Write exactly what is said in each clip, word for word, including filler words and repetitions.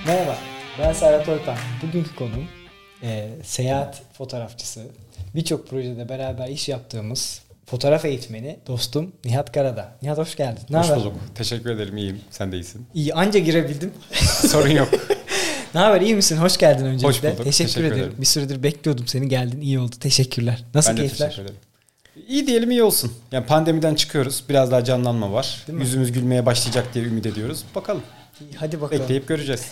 Merhaba, ben Serhat Ortan. Bugünkü konum e, seyahat fotoğrafçısı, birçok projede beraber iş yaptığımız fotoğraf eğitmeni dostum Nihat Karadağ. Nihat hoş geldin. Ne Hoş haber? bulduk. Teşekkür ederim. İyiyim. Sen de iyisin. İyi, anca girebildim. Sorun yok. Ne haber? İyi misin? Hoş geldin öncelikle. Hoş bulduk. Teşekkür, Teşekkür ederim. ederim. Bir süredir bekliyordum seni. Geldin. İyi oldu. Teşekkürler. Nasıl Ben de keyifler? teşekkür ederim. İyi diyelim, iyi olsun. Yani pandemiden çıkıyoruz. Biraz daha canlanma var. Yüzümüz gülmeye başlayacak diye ümit ediyoruz. Bakalım. İyi, hadi bakalım. Bekleyip göreceğiz.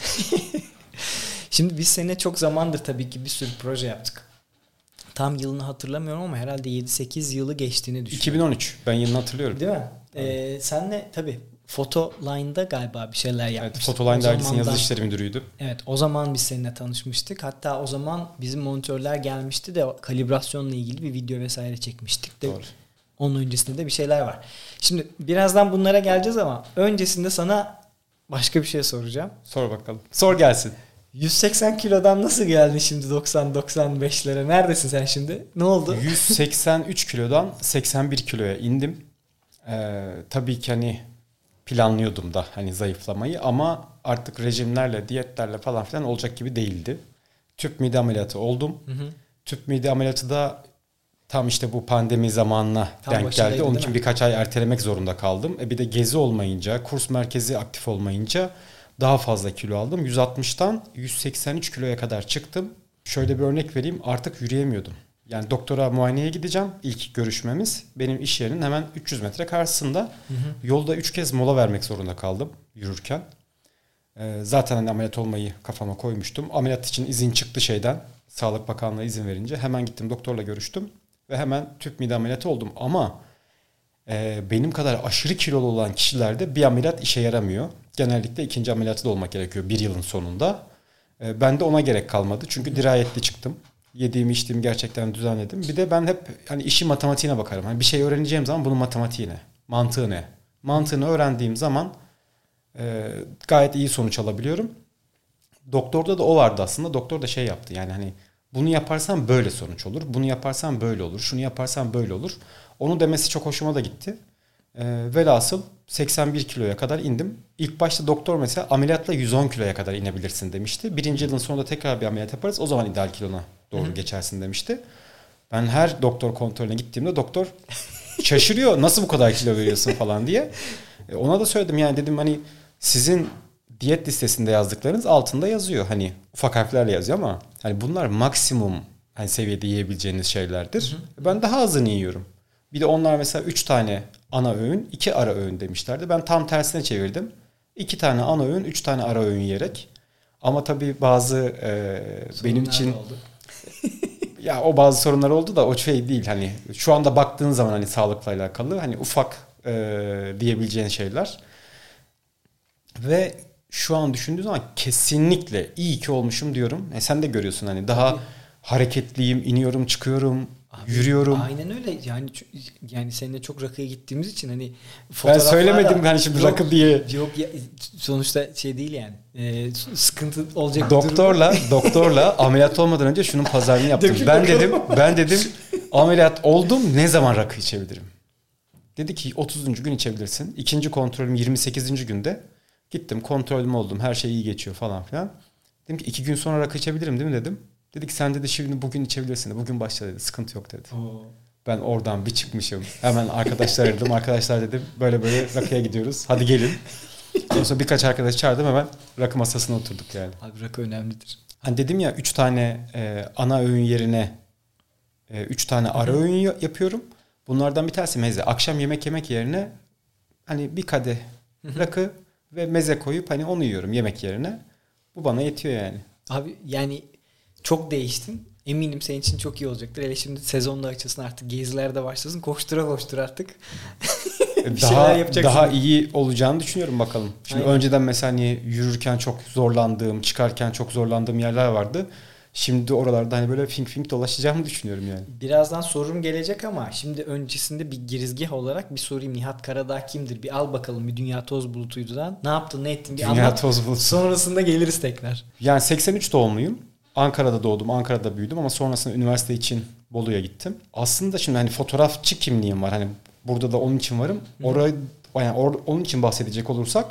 Şimdi biz seninle çok zamandır tabii ki bir sürü proje yaptık. Tam yılını hatırlamıyorum ama herhalde yedi sekiz yılı geçtiğini düşünüyorum. iki bin on üç. Ben yılını hatırlıyorum. Değil mi? Ee, senle tabii Photoline'da galiba bir şeyler yapmıştık. Evet, Photoline dergisinin zamandan, yazı işleri müdürüydü. Evet, o zaman biz seninle tanışmıştık. Hatta o zaman bizim monitörler gelmişti de kalibrasyonla ilgili bir video vesaire çekmiştik de. Doğru. Onun öncesinde de bir şeyler var. Şimdi birazdan bunlara geleceğiz ama öncesinde sana başka bir şey soracağım. Sor bakalım. Sor gelsin. yüz seksen kilodan nasıl geldin şimdi doksan doksan beşlere? Neredesin sen şimdi? Ne oldu? yüz seksen üç kilodan seksen bir kiloya indim. Ee, tabii ki hani planlıyordum da hani zayıflamayı ama artık rejimlerle, diyetlerle falan filan olacak gibi değildi. Tüp mide ameliyatı oldum. Hı hı. Tüp mide ameliyatı da tam işte bu pandemi zamanına Tam denk geldi. Onun için mi? birkaç ay ertelemek zorunda kaldım. E bir de gezi olmayınca, kurs merkezi aktif olmayınca daha fazla kilo aldım. yüz altmıştan yüz seksen üç kiloya kadar çıktım. Şöyle bir örnek vereyim. Artık yürüyemiyordum. Yani doktora muayeneye gideceğim. İlk görüşmemiz benim iş yerinin hemen üç yüz metre karşısında. Hı hı. Yolda üç kez mola vermek zorunda kaldım yürürken. Ee, zaten hani ameliyat olmayı kafama koymuştum. Ameliyat için izin çıktı şeyden. Sağlık Bakanlığı izin verince hemen gittim, doktorla görüştüm. Ve hemen tüp mide ameliyatı oldum. Ama e, benim kadar aşırı kilolu olan kişilerde bir ameliyat işe yaramıyor. Genellikle ikinci ameliyatı da olmak gerekiyor bir yılın sonunda. E, ben de ona gerek kalmadı. Çünkü dirayetli çıktım. Yediğimi içtiğimi gerçekten düzenledim. Bir de ben hep hani işi matematiğine bakarım. Hani bir şey öğreneceğim zaman bunun matematiği ne? Mantığı ne? Mantığını öğrendiğim zaman e, gayet iyi sonuç alabiliyorum. Doktorda da o vardı aslında. Doktor da şey yaptı. Yani hani bunu yaparsan böyle sonuç olur. Bunu yaparsan böyle olur. Şunu yaparsan böyle olur. Onu demesi çok hoşuma da gitti. E, velhasıl seksen bir kiloya kadar indim. İlk başta doktor mesela ameliyatla yüz on kiloya kadar inebilirsin demişti. Birinci yılın sonunda tekrar bir ameliyat yaparız. O zaman ideal kilona doğru Hı-hı. geçersin demişti. Ben her doktor kontrolüne gittiğimde doktor şaşırıyor. Nasıl bu kadar kilo veriyorsun falan diye. E, ona da söyledim yani dedim hani sizin diyet listesinde yazdıklarınız altında yazıyor. Hani ufak harflerle yazıyor ama hani bunlar maksimum hani seviyede yiyebileceğiniz şeylerdir. Hı hı. Ben daha azını yiyorum. Bir de onlar mesela üç tane ana öğün, iki ara öğün demişlerdi. Ben tam tersine çevirdim. iki tane ana öğün, üç tane ara öğün yiyerek. Ama tabii bazı e, benim için ya o bazı sorunlar oldu da o şey değil. Hani şu anda baktığın zaman hani sağlıkla alakalı hani ufak e, diyebileceğin şeyler. Ve şu an düşündüğüm zaman kesinlikle iyi ki olmuşum diyorum. E sen de görüyorsun hani daha Abi. hareketliyim, iniyorum, çıkıyorum, Abi, yürüyorum. Aynen öyle. Yani yani seninle çok rakıya gittiğimiz için hani ben söylemedim hani şimdi yok, rakı diye. Yok ya, sonuçta şey değil yani. E, sıkıntı olacak. Doktorla doktorla ameliyat olmadan önce şunun pazarını yaptım. ben dedim ben dedim ameliyat oldum, ne zaman rakı içebilirim? Dedi ki otuzuncu gün içebilirsin. İkinci kontrolüm yirmi sekizinci günde. Gittim, kontrolüm oldum, her şey iyi geçiyor falan filan. Dedim ki iki gün sonra rakı içebilirim değil mi dedim. Dedi ki sen dedi şimdi bugün içebilirsin de bugün başla dedi, sıkıntı yok dedi. Oo. Ben oradan bir çıkmışım. Hemen arkadaşlar aradım. Arkadaşlar dedim böyle böyle rakıya gidiyoruz, hadi gelin. Ondan sonra birkaç arkadaş çağırdım, hemen rakı masasına oturduk yani. Abi rakı önemlidir. Hani dedim ya üç tane e, ana öğün yerine e, üç tane ara öğün yapıyorum. Bunlardan bir tanesi meze. Akşam yemek yemek yerine hani bir kadeh rakı ve meze koyup hani onu yiyorum yemek yerine. Bu bana yetiyor yani. Abi yani çok değiştin. Eminim senin için çok iyi olacaktır. Hele şimdi sezonda açılsın, artık geziler de başlasın. Koştura koştura artık. bir daha daha iyi olacağını düşünüyorum bakalım. Şimdi Aynen. önceden mesela hani yürürken çok zorlandığım, çıkarken çok zorlandığım yerler vardı. Şimdi oralarda hani böyle fink fink dolaşacağımı düşünüyorum yani. Birazdan sorum gelecek ama şimdi öncesinde bir girizgah olarak bir sorayım. Nihat Karadağ kimdir? Bir al bakalım, bir dünya toz bulutuydudan. Ne yaptın, ne ettin? Bir dünya anlat. Toz bulutu. Sonrasında geliriz tekrar. Yani seksen üç doğumluyum. Ankara'da doğdum, Ankara'da büyüdüm ama sonrasında üniversite için Bolu'ya gittim. Aslında şimdi hani fotoğrafçı kimliğim var. Hani burada da onun için varım. Orayı yani or, onun için bahsedecek olursak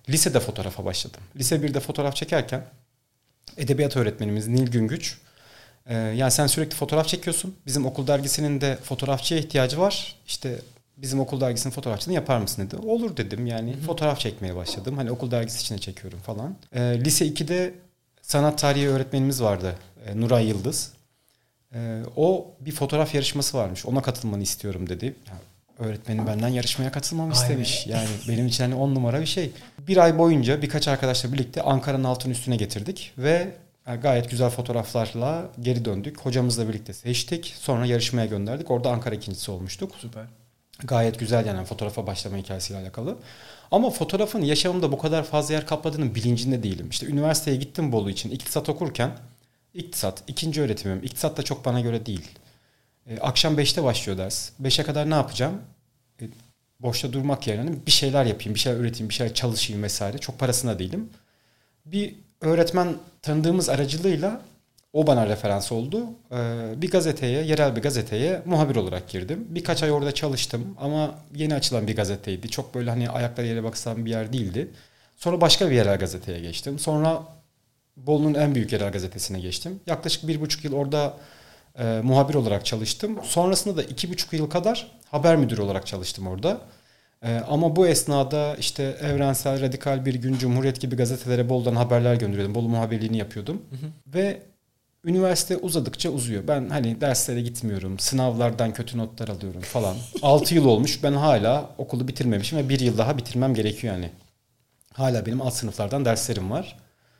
lisede fotoğrafa başladım. Lise birde fotoğraf çekerken edebiyat öğretmenimiz Nil Güngüç, e, yani sen sürekli fotoğraf çekiyorsun. Bizim okul dergisinin de fotoğrafçıya ihtiyacı var. İşte bizim okul dergisinin fotoğrafçılığını yapar mısın dedi. Olur dedim yani. Hı-hı. Fotoğraf çekmeye başladım. Hani okul dergisi içine çekiyorum falan. E, lise ikide sanat tarihi öğretmenimiz vardı. E, Nuray Yıldız. E, o bir fotoğraf yarışması varmış. Ona katılmanı istiyorum dedi. Yani öğretmenim benden yarışmaya katılmamı istemiş. Yani benim için hani on numara bir şey. Bir ay boyunca birkaç arkadaşla birlikte Ankara'nın altın üstüne getirdik. Ve gayet güzel fotoğraflarla geri döndük. Hocamızla birlikte seçtik. Sonra yarışmaya gönderdik. Orada Ankara ikincisi olmuştuk. Süper. Gayet güzel yani fotoğrafa başlama hikayesiyle alakalı. Ama fotoğrafın yaşamımda bu kadar fazla yer kapladığının bilincinde değilim. İşte üniversiteye gittim Bolu için. İktisat okurken, iktisat, ikinci öğretimim. İktisat da çok bana göre değil. E, akşam beşte başlıyor ders. beşe kadar ne yapacağım? E, boşta durmak yerine bir şeyler yapayım, bir şeyler üreteyim, bir şeyler çalışayım vesaire. Çok parasına değilim. Bir öğretmen tanıdığımız aracılığıyla o bana referans oldu. Ee, bir gazeteye, yerel bir gazeteye muhabir olarak girdim. Birkaç ay orada çalıştım ama yeni açılan bir gazeteydi. Çok böyle hani ayakları yere baksam bir yer değildi. Sonra başka bir yerel gazeteye geçtim. Sonra Bolu'nun en büyük yerel gazetesine geçtim. Yaklaşık bir buçuk yıl orada e, muhabir olarak çalıştım. Sonrasında da iki buçuk yıl kadar haber müdürü olarak çalıştım orada. Ee, ama bu esnada işte Evrensel, Radikal Bir Gün, Cumhuriyet gibi gazetelere Bolu'dan haberler gönderiyordum. Bolu muhabirliğini yapıyordum. Hı hı. Ve üniversite uzadıkça uzuyor. Ben hani derslere gitmiyorum. Sınavlardan kötü notlar alıyorum falan. altı yıl olmuş. Ben hala okulu bitirmemişim ve bir yıl daha bitirmem gerekiyor yani. Hala benim alt sınıflardan derslerim var.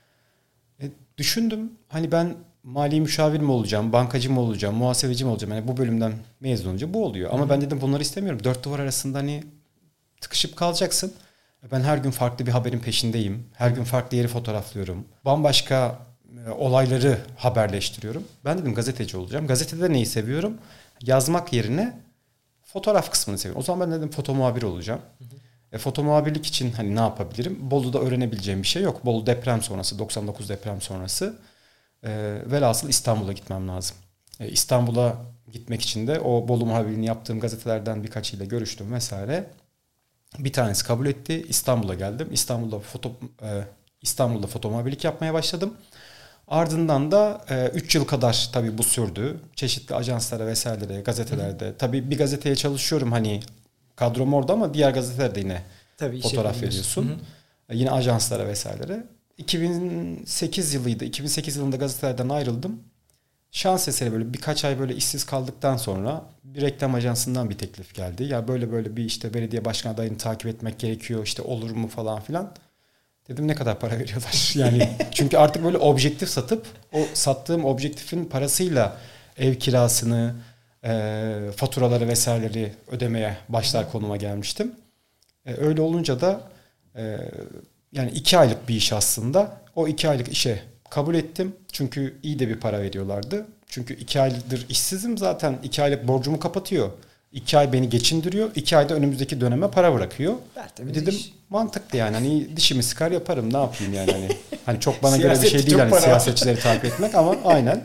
E, düşündüm. Hani ben mali müşavir mi olacağım, bankacı mı olacağım, muhasebeci mi olacağım? Yani bu bölümden mezun olunca bu oluyor. Ama hı hı. ben dedim bunları istemiyorum. Dört duvar arasında hani tıkışıp kalacaksın. Ben her gün farklı bir haberin peşindeyim. Her gün farklı yeri fotoğraflıyorum. Bambaşka e, olayları haberleştiriyorum. Ben dedim gazeteci olacağım. Gazetede neyi seviyorum? Yazmak yerine fotoğraf kısmını seviyorum. O zaman ben dedim foto muhabiri olacağım. Hı hı. E, foto muhabirlik için hani ne yapabilirim? Bolu'da öğrenebileceğim bir şey yok. Bolu deprem sonrası, doksan dokuz deprem sonrası. E, velhasıl İstanbul'a gitmem lazım. E, İstanbul'a gitmek için de o Bolu muhabirliğini yaptığım gazetelerden birkaçıyla görüştüm vesaire. Bir tanesi kabul etti. İstanbul'a geldim. İstanbul'da foto e, İstanbul'da foto muhabirlik yapmaya başladım. Ardından da üç e, yıl kadar tabii bu sürdü. Çeşitli ajanslara vesairelere, gazetelerde. Hı. Tabii bir gazeteye çalışıyorum hani kadrom orada ama diğer gazetelerde yine tabii fotoğraf veriyorsun. Hı hı. Yine ajanslara vesairelere. iki bin sekiz yılıydı. iki bin sekiz yılında gazetelerden ayrıldım. Şans eseri böyle birkaç ay böyle işsiz kaldıktan sonra bir reklam ajansından bir teklif geldi. Ya böyle böyle bir işte belediye başkan adayını takip etmek gerekiyor. İşte olur mu falan filan. Dedim ne kadar para veriyorlar? Yani çünkü artık böyle objektif satıp o sattığım objektifin parasıyla ev kirasını, e, faturaları vesaireleri ödemeye başlar konuma gelmiştim. E, öyle olunca da e, yani iki aylık bir iş aslında. O iki aylık işe kabul ettim. Çünkü iyi de bir para veriyorlardı. Çünkü iki aydır işsizim zaten. iki aylık borcumu kapatıyor. iki ay beni geçindiriyor. iki ayda önümüzdeki döneme para bırakıyor. E dedim iş. Mantıklı yani. Hani dişimi sıkar yaparım. Ne yapayım yani. Hani, hani çok bana göre bir şey değil hani siyasetçileri takip etmek ama aynen.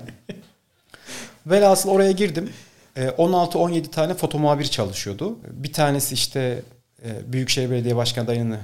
Velhasıl oraya girdim. on altı on yedi tane foto muhabiri çalışıyordu. Bir tanesi işte Büyükşehir Belediye Başkanı adayını,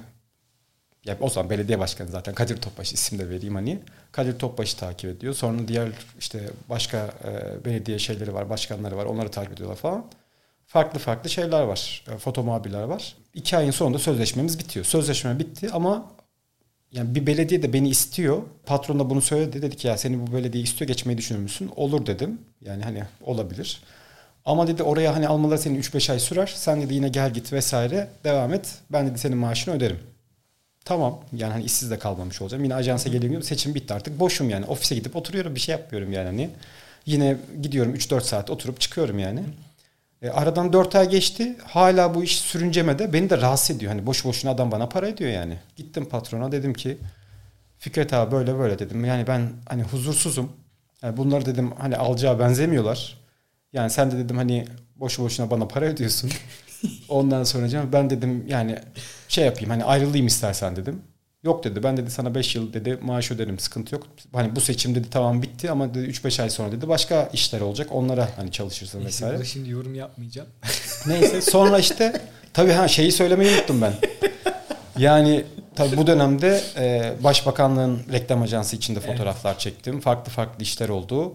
ya o zaman belediye başkanı zaten Kadir Topbaş, isim de vereyim hani. Kadir Topbaş'ı takip ediyor. Sonra diğer işte başka e, belediye şeyleri var, başkanları var. Onları takip ediyorlar falan. Farklı farklı şeyler var. E, foto muhabirler var. İki ayın sonunda sözleşmemiz bitiyor. Sözleşme bitti ama yani bir belediye de beni istiyor. Patron da bunu söyledi. Dedi ki ya seni bu belediye istiyor, geçmeyi düşünür müsün? Olur dedim. Yani hani olabilir. Ama dedi oraya hani almaları senin üç beş ay sürer. Sen dedi yine gel git vesaire devam et. Ben dedi senin maaşını öderim. Tamam yani hani işsiz de kalmamış olacağım. Yine ajansa geliyorum, seçim bitti artık. Boşum yani. Ofise gidip oturuyorum, bir şey yapmıyorum yani. Hani. Yine gidiyorum üç dört saat oturup çıkıyorum yani. E, aradan dört ay geçti. Hala bu iş sürüncemede. Beni de rahatsız ediyor. Hani boş boşuna adam bana para ediyor yani. Gittim patrona dedim ki Fikret abi böyle böyle dedim. Yani ben hani huzursuzum. Yani bunları dedim hani alacağı benzemiyorlar. Yani sen de dedim hani boşu boşuna bana para ödüyorsun. Ondan sonra ben dedim yani şey yapayım hani ayrılayım istersen dedim. Yok dedi ben dedi sana beş yıl dedi maaş öderim, sıkıntı yok. Hani bu seçim dedi tamam bitti ama dedi üç beş ay sonra dedi başka işler olacak, onlara hani çalışırsın Neyse, vesaire. Neyse şimdi yorum yapmayacağım. Neyse sonra işte tabii ha şeyi söylemeyi unuttum ben. Yani tabii bu dönemde e, Başbakanlığın reklam ajansı içinde fotoğraflar evet. çektim. Farklı farklı işler oldu.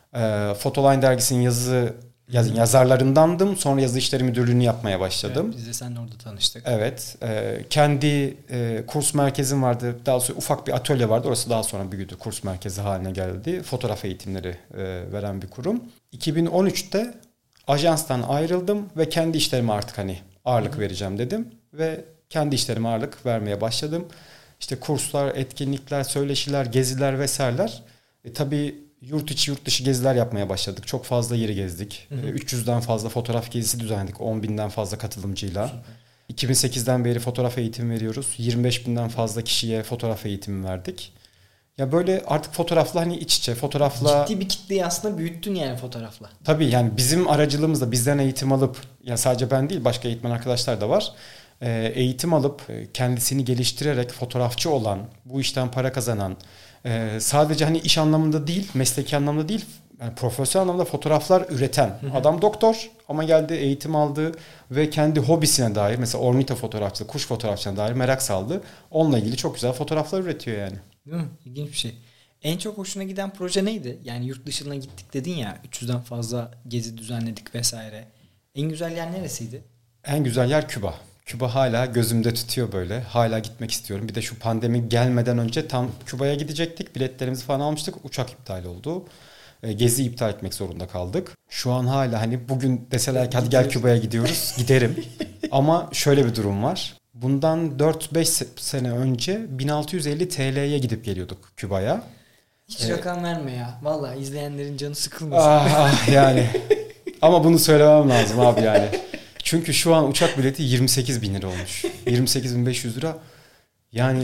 E, Photoline dergisinin yazı yaz, yazarlarındandım. Sonra yazı işleri müdürlüğünü yapmaya başladım. Evet, biz de seninle orada tanıştık. Evet. E, kendi e, kurs merkezim vardı. Daha sonra ufak bir atölye vardı. Orası daha sonra büyüdü. Kurs merkezi haline geldi. Fotoğraf eğitimleri e, veren bir kurum. iki bin on üçte ajanstan ayrıldım ve kendi işlerime artık hani ağırlık Hı-hı. vereceğim dedim. Ve kendi işlerime ağırlık vermeye başladım. İşte kurslar, etkinlikler, söyleşiler, geziler vesaireler. E, tabii yurt içi yurt dışı geziler yapmaya başladık. Çok fazla yeri gezdik. Hı hı. E, üç yüzden fazla fotoğraf gezisi düzenledik. on binden fazla katılımcıyla. Süper. iki bin sekizden beri fotoğraf eğitimi veriyoruz. yirmi beş binden fazla kişiye fotoğraf eğitimi verdik. Ya böyle artık fotoğrafla hani iç içe, fotoğrafla... Ciddi bir kitleyi aslında büyüttün yani fotoğrafla. Tabii yani bizim aracılığımızla bizden eğitim alıp, ya sadece ben değil başka eğitmen arkadaşlar da var. E, eğitim alıp kendisini geliştirerek fotoğrafçı olan, bu işten para kazanan, e, sadece hani iş anlamında değil, mesleki anlamda değil, yani profesyonel anlamda fotoğraflar üreten. Hı hı. Adam doktor ama geldi, eğitim aldı ve kendi hobisine dair, mesela ornito fotoğrafçılığı, kuş fotoğrafçılığına dair merak saldı. Onunla ilgili çok güzel fotoğraflar üretiyor yani. Değil mi? İlginç bir şey. En çok hoşuna giden proje neydi? Yani yurt dışına gittik dedin ya, üç yüzden fazla gezi düzenledik vesaire. En güzel yer neresiydi? En güzel yer Küba. Küba hala gözümde tutuyor böyle. Hala gitmek istiyorum. Bir de şu pandemi gelmeden önce tam Küba'ya gidecektik. Biletlerimizi falan almıştık. Uçak iptal oldu. Gezi iptal etmek zorunda kaldık. Şu an hala hani bugün deseler ki hadi gel Küba'ya gidiyoruz. Giderim. Ama şöyle bir durum var. Bundan dört beş sene önce bin altı yüz elli T L'ye gidip geliyorduk Küba'ya. Hiç ee, rakam verme ya. Vallahi izleyenlerin canı sıkılmasın. Ah, ah yani. Ama bunu söylemem lazım abi yani. Çünkü şu an uçak bileti yirmi sekiz bin lira olmuş. yirmi sekiz bin beş yüz lira. Yani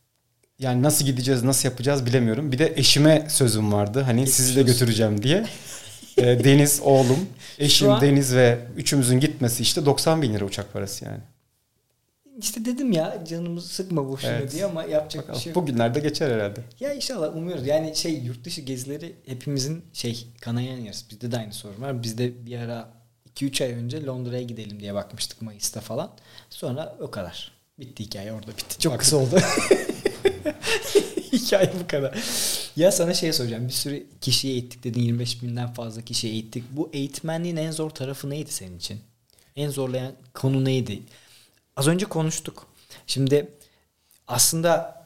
yani nasıl gideceğiz, nasıl yapacağız bilemiyorum. Bir de eşime sözüm vardı. Hani Geçmiş sizi de götüreceğim diye. ee, Deniz oğlum, eşim an... Deniz ve üçümüzün gitmesi işte doksan bin lira uçak parası yani. İşte dedim ya canımızı sıkma boşuna evet. diye ama yapacak Bakalım, bir şey yok. Bugünlerde geçer herhalde. Ya inşallah umuyoruz. Yani şey yurt dışı gezileri hepimizin şey kanayan yarısı. Bizde de aynı sorun var. Bizde bir ara iki üç ay önce Londra'ya gidelim diye bakmıştık Mayıs'ta falan. Sonra o kadar. Bitti hikaye orada bitti. Çok Bak. kısa oldu. Hikaye bu kadar. Ya sana şey soracağım. Bir sürü kişiye eğittik dedin. yirmi beş binden fazla kişiye eğittik. Bu eğitmenliğin en zor tarafı neydi senin için? En zorlayan konu neydi? Az önce konuştuk. Şimdi aslında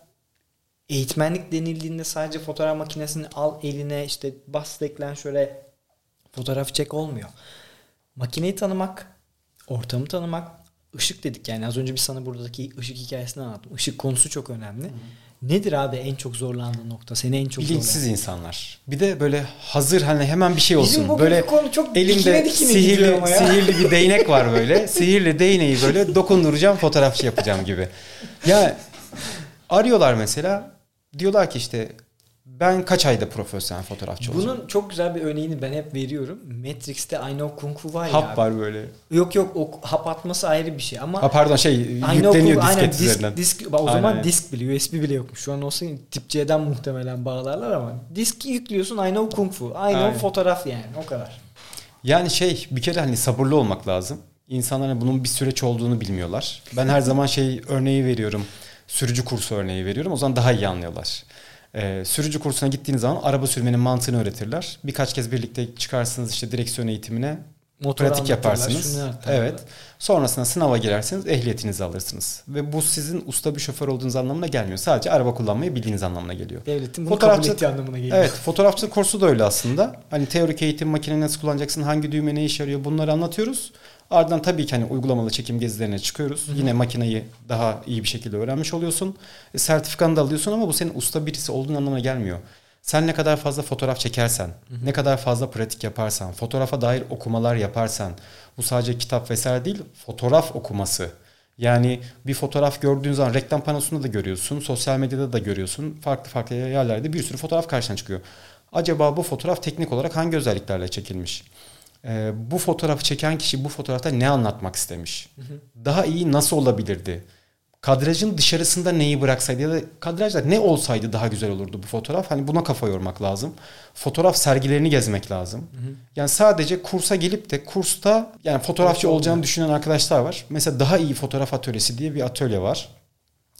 eğitmenlik denildiğinde sadece fotoğraf makinesini al eline işte bas deklen şöyle fotoğraf çek olmuyor. Makineyi tanımak, ortamı tanımak, ışık dedik yani az önce biz sana buradaki ışık hikayesini anlattım. Işık konusu çok önemli. Hı. Nedir abi en çok zorlandığın nokta? Seni en çok bilinçsiz zorlayan? insanlar. Bir de böyle hazır hani hemen bir şey olsun. Bizim böyle konu çok elimde sihirli sihirli bir değnek var böyle. Sihirli değneği böyle dokunduracağım, fotoğrafçı yapacağım gibi. Ya arıyorlar mesela. Diyorlar ki işte ben kaç ayda profesyonel fotoğrafçı olacağım. Bunun çok güzel bir örneğini ben hep veriyorum. Matrix'te I Know Kung Fu var ya. Hap var böyle. Yok yok o hap atması ayrı bir şey ama. Ha pardon şey yükleniyor disket üzerinden. Disk, disk, o aynen, zaman aynen. Disk bile U S B bile yokmuş. Şu an olsa tip C'den muhtemelen bağlarlar ama. Diski yüklüyorsun I Know Kung Fu. I Know aynen. Fotoğraf yani o kadar. Yani şey bir kere hani sabırlı olmak lazım. İnsanların bunun bir süreç olduğunu bilmiyorlar. Ben her zaman şey örneği veriyorum. Sürücü kursu örneği veriyorum. O zaman daha iyi anlıyorlar. Ee, sürücü kursuna gittiğiniz zaman araba sürmenin mantığını öğretirler. Birkaç kez birlikte çıkarsınız işte direksiyon eğitimine. Motor pratik yaparsınız. Evet. Sonrasında sınava girersiniz, ehliyetinizi alırsınız. Ve bu sizin usta bir şoför olduğunuz anlamına gelmiyor. Sadece araba kullanmayı bildiğiniz anlamına geliyor. Devletin bunu kabul ettiği anlamına geliyor. Evet, fotoğrafçılık kursu da öyle aslında. Hani teorik eğitim, makine nasıl kullanacaksın, hangi düğme ne işe yarıyor bunları anlatıyoruz. Ardından tabii ki hani uygulamalı çekim gezilerine çıkıyoruz. Hı-hı. Yine makineyi daha iyi bir şekilde öğrenmiş oluyorsun. E, sertifikanı da alıyorsun ama bu senin usta birisi olduğun anlamına gelmiyor. Sen ne kadar fazla fotoğraf çekersen, Hı-hı. ne kadar fazla pratik yaparsan, fotoğrafa dair okumalar yaparsan, bu sadece kitap vesaire değil, fotoğraf okuması. Yani bir fotoğraf gördüğün zaman reklam panosunda da görüyorsun, sosyal medyada da görüyorsun. Farklı farklı yerlerde bir sürü fotoğraf karşına çıkıyor. Acaba bu fotoğraf teknik olarak hangi özelliklerle çekilmiş? Ee, bu fotoğrafı çeken kişi bu fotoğrafta ne anlatmak istemiş? Hı hı. Daha iyi nasıl olabilirdi? Kadrajın dışarısında neyi bıraksaydı ya da kadrajda ne olsaydı daha güzel olurdu bu fotoğraf? Hani buna kafa yormak lazım. Fotoğraf sergilerini gezmek lazım. Hı hı. Yani sadece kursa gelip de kursta yani fotoğrafçı olacağını düşünen arkadaşlar var. Mesela Daha iyi Fotoğraf Atölyesi diye bir atölye var.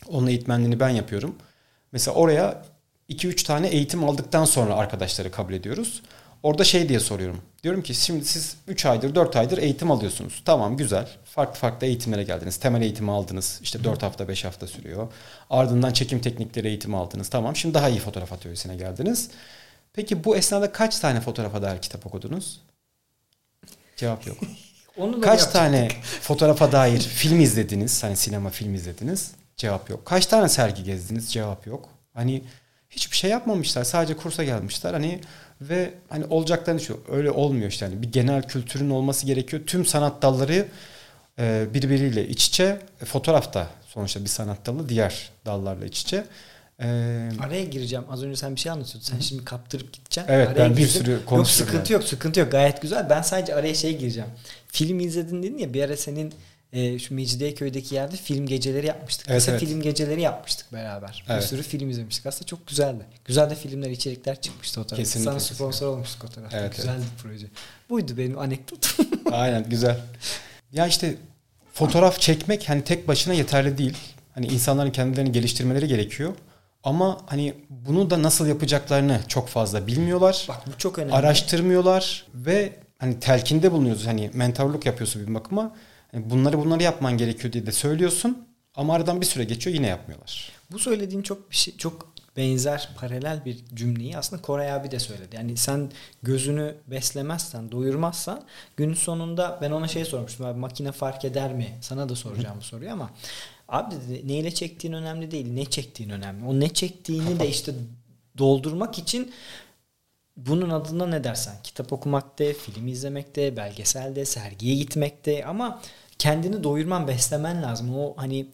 Onun eğitmenliğini ben yapıyorum. Mesela oraya iki üç tane eğitim aldıktan sonra arkadaşları kabul ediyoruz. Orada şey diye soruyorum. Diyorum ki şimdi siz üç aydır dört aydır eğitim alıyorsunuz. Tamam, güzel. Farklı farklı eğitimlere geldiniz. Temel eğitimi aldınız. İşte dört hafta beş hafta sürüyor. Ardından çekim teknikleri eğitimi aldınız. Tamam, şimdi daha iyi fotoğraf atölyesine geldiniz. Peki bu esnada kaç tane fotoğrafa dair kitap okudunuz? Cevap yok. Onu Kaç tane fotoğrafa dair film izlediniz? Hani sinema film izlediniz? Cevap yok. Kaç tane sergi gezdiniz? Cevap yok. Hani hiçbir şey yapmamışlar. Sadece kursa gelmişler. Hani ve hani olacaklarını şu. Öyle olmuyor işte. Yani bir genel kültürün olması gerekiyor. Tüm sanat dalları e, birbiriyle iç içe. E, fotoğraf da sonuçta bir sanat dalı. Diğer dallarla iç içe. Ee, Araya gireceğim. Az önce sen bir şey anlatıyordun. Sen şimdi kaptırıp gideceksin. Evet, araya ben bir girdim. sürü konuştum. Yok sıkıntı yani. yok sıkıntı yok. Gayet güzel. Ben sadece araya şey gireceğim. Film izledin dedin ya, bir ara senin e, şu Mecidiyeköy'deki yerde film geceleri yapmıştık. Evet, Kısa evet. film geceleri yapmıştık beraber. Evet. Bir sürü film izlemiştik. Aslında çok güzeldi. Güzel de filmler, içerikler çıkmıştı o tarafta. Kesinlikle, Sana sponsor kesinlikle. olmuştuk o tarafta. Evet, Güzeldi evet. proje. Buydu benim anekdotum. Aynen, güzel. Ya işte fotoğraf çekmek hani tek başına yeterli değil. Hani insanların kendilerini geliştirmeleri gerekiyor. Ama hani bunu da nasıl yapacaklarını çok fazla bilmiyorlar. Bak bu çok önemli. Araştırmıyorlar ve hani telkinde bulunuyoruz. Hani mentorluk yapıyorsun bir bakıma. Hani bunları bunları yapman gerekiyor diye de söylüyorsun. Ama aradan bir süre geçiyor, yine yapmıyorlar. Bu söylediğin çok bir şey, çok benzer paralel bir cümleyi aslında Koray abi de söyledi. Yani sen gözünü beslemezsen, doyurmazsan günün sonunda, ben ona şey sormuştum abi, makine fark eder mi? Sana da soracağım bu soruyu ama abi dedi, neyle çektiğin önemli değil, ne çektiğin önemli. O ne çektiğini de işte doldurmak için bunun adına ne dersen, kitap okumakta, film izlemekte, belgeselde, sergiye gitmekte, ama kendini doyurman, beslemen lazım. O hani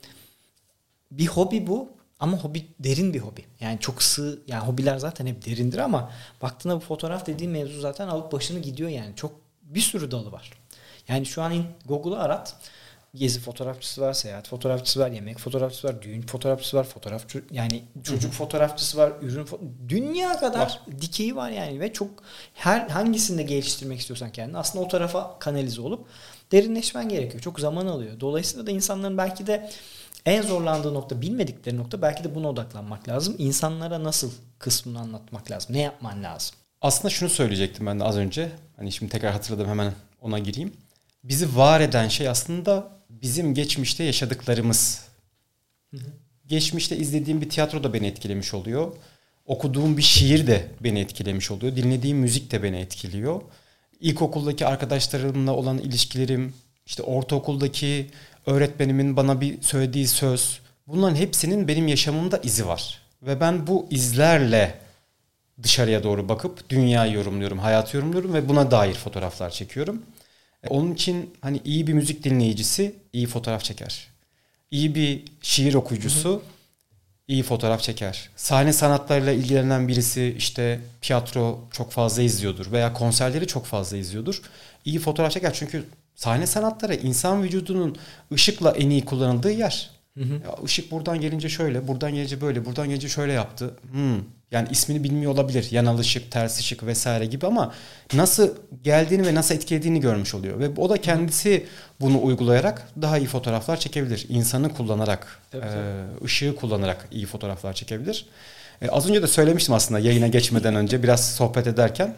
bir hobi bu, ama hobi derin bir hobi. Yani çok sığ, yani hobiler zaten hep derindir ama baktığında bu fotoğraf dediğim mevzu zaten alıp başını gidiyor yani. Çok bir sürü dalı var. Yani şu an Google'u arat. Gezi fotoğrafçısı var, seyahat fotoğrafçısı var, yemek fotoğrafçısı var, düğün fotoğrafçısı var, fotoğrafçı yani çocuk fotoğrafçısı var, ürün fo- dünya kadar var. Dikeyi var yani ve çok, her hangisinde geliştirmek istiyorsan kendini aslında o tarafa kanalize olup derinleşmen gerekiyor. Çok zaman alıyor. Dolayısıyla da insanların belki de en zorlandığı nokta, bilmedikleri nokta, belki de buna odaklanmak lazım. İnsanlara nasıl kısmını anlatmak lazım. Ne yapman lazım? Aslında şunu söyleyecektim ben de az önce. Hani şimdi tekrar hatırladım, hemen ona gireyim. Bizi var eden şey aslında bizim geçmişte yaşadıklarımız. Hı hı. Geçmişte izlediğim bir tiyatro da beni etkilemiş oluyor. Okuduğum bir şiir de beni etkilemiş oluyor. Dinlediğim müzik de beni etkiliyor. İlkokuldaki arkadaşlarımla olan ilişkilerim, işte ortaokuldaki öğretmenimin bana bir söylediği söz. Bunların hepsinin benim yaşamımda izi var. Ve ben bu izlerle dışarıya doğru bakıp dünyayı yorumluyorum, hayatı yorumluyorum ve buna dair fotoğraflar çekiyorum. Onun için hani iyi bir müzik dinleyicisi iyi fotoğraf çeker. İyi bir şiir okuyucusu hı hı. iyi fotoğraf çeker. Sahne sanatlarıyla ilgilenen birisi işte tiyatro çok fazla izliyordur veya konserleri çok fazla izliyordur. İyi fotoğraf çeker çünkü sahne sanatları insan vücudunun ışıkla en iyi kullanıldığı yer. Hı hı. Ya ışık buradan gelince şöyle, buradan gelince böyle, buradan gelince şöyle yaptı. Hmm. Yani ismini bilmiyor olabilir. Yanal ışık, ters ışık vesaire gibi ama nasıl geldiğini ve nasıl etkilediğini görmüş oluyor. Ve o da kendisi bunu uygulayarak daha iyi fotoğraflar çekebilir. İnsanı kullanarak, tabii, e, tabii. ışığı kullanarak iyi fotoğraflar çekebilir. E, az önce de söylemiştim aslında yayına geçmeden önce biraz sohbet ederken.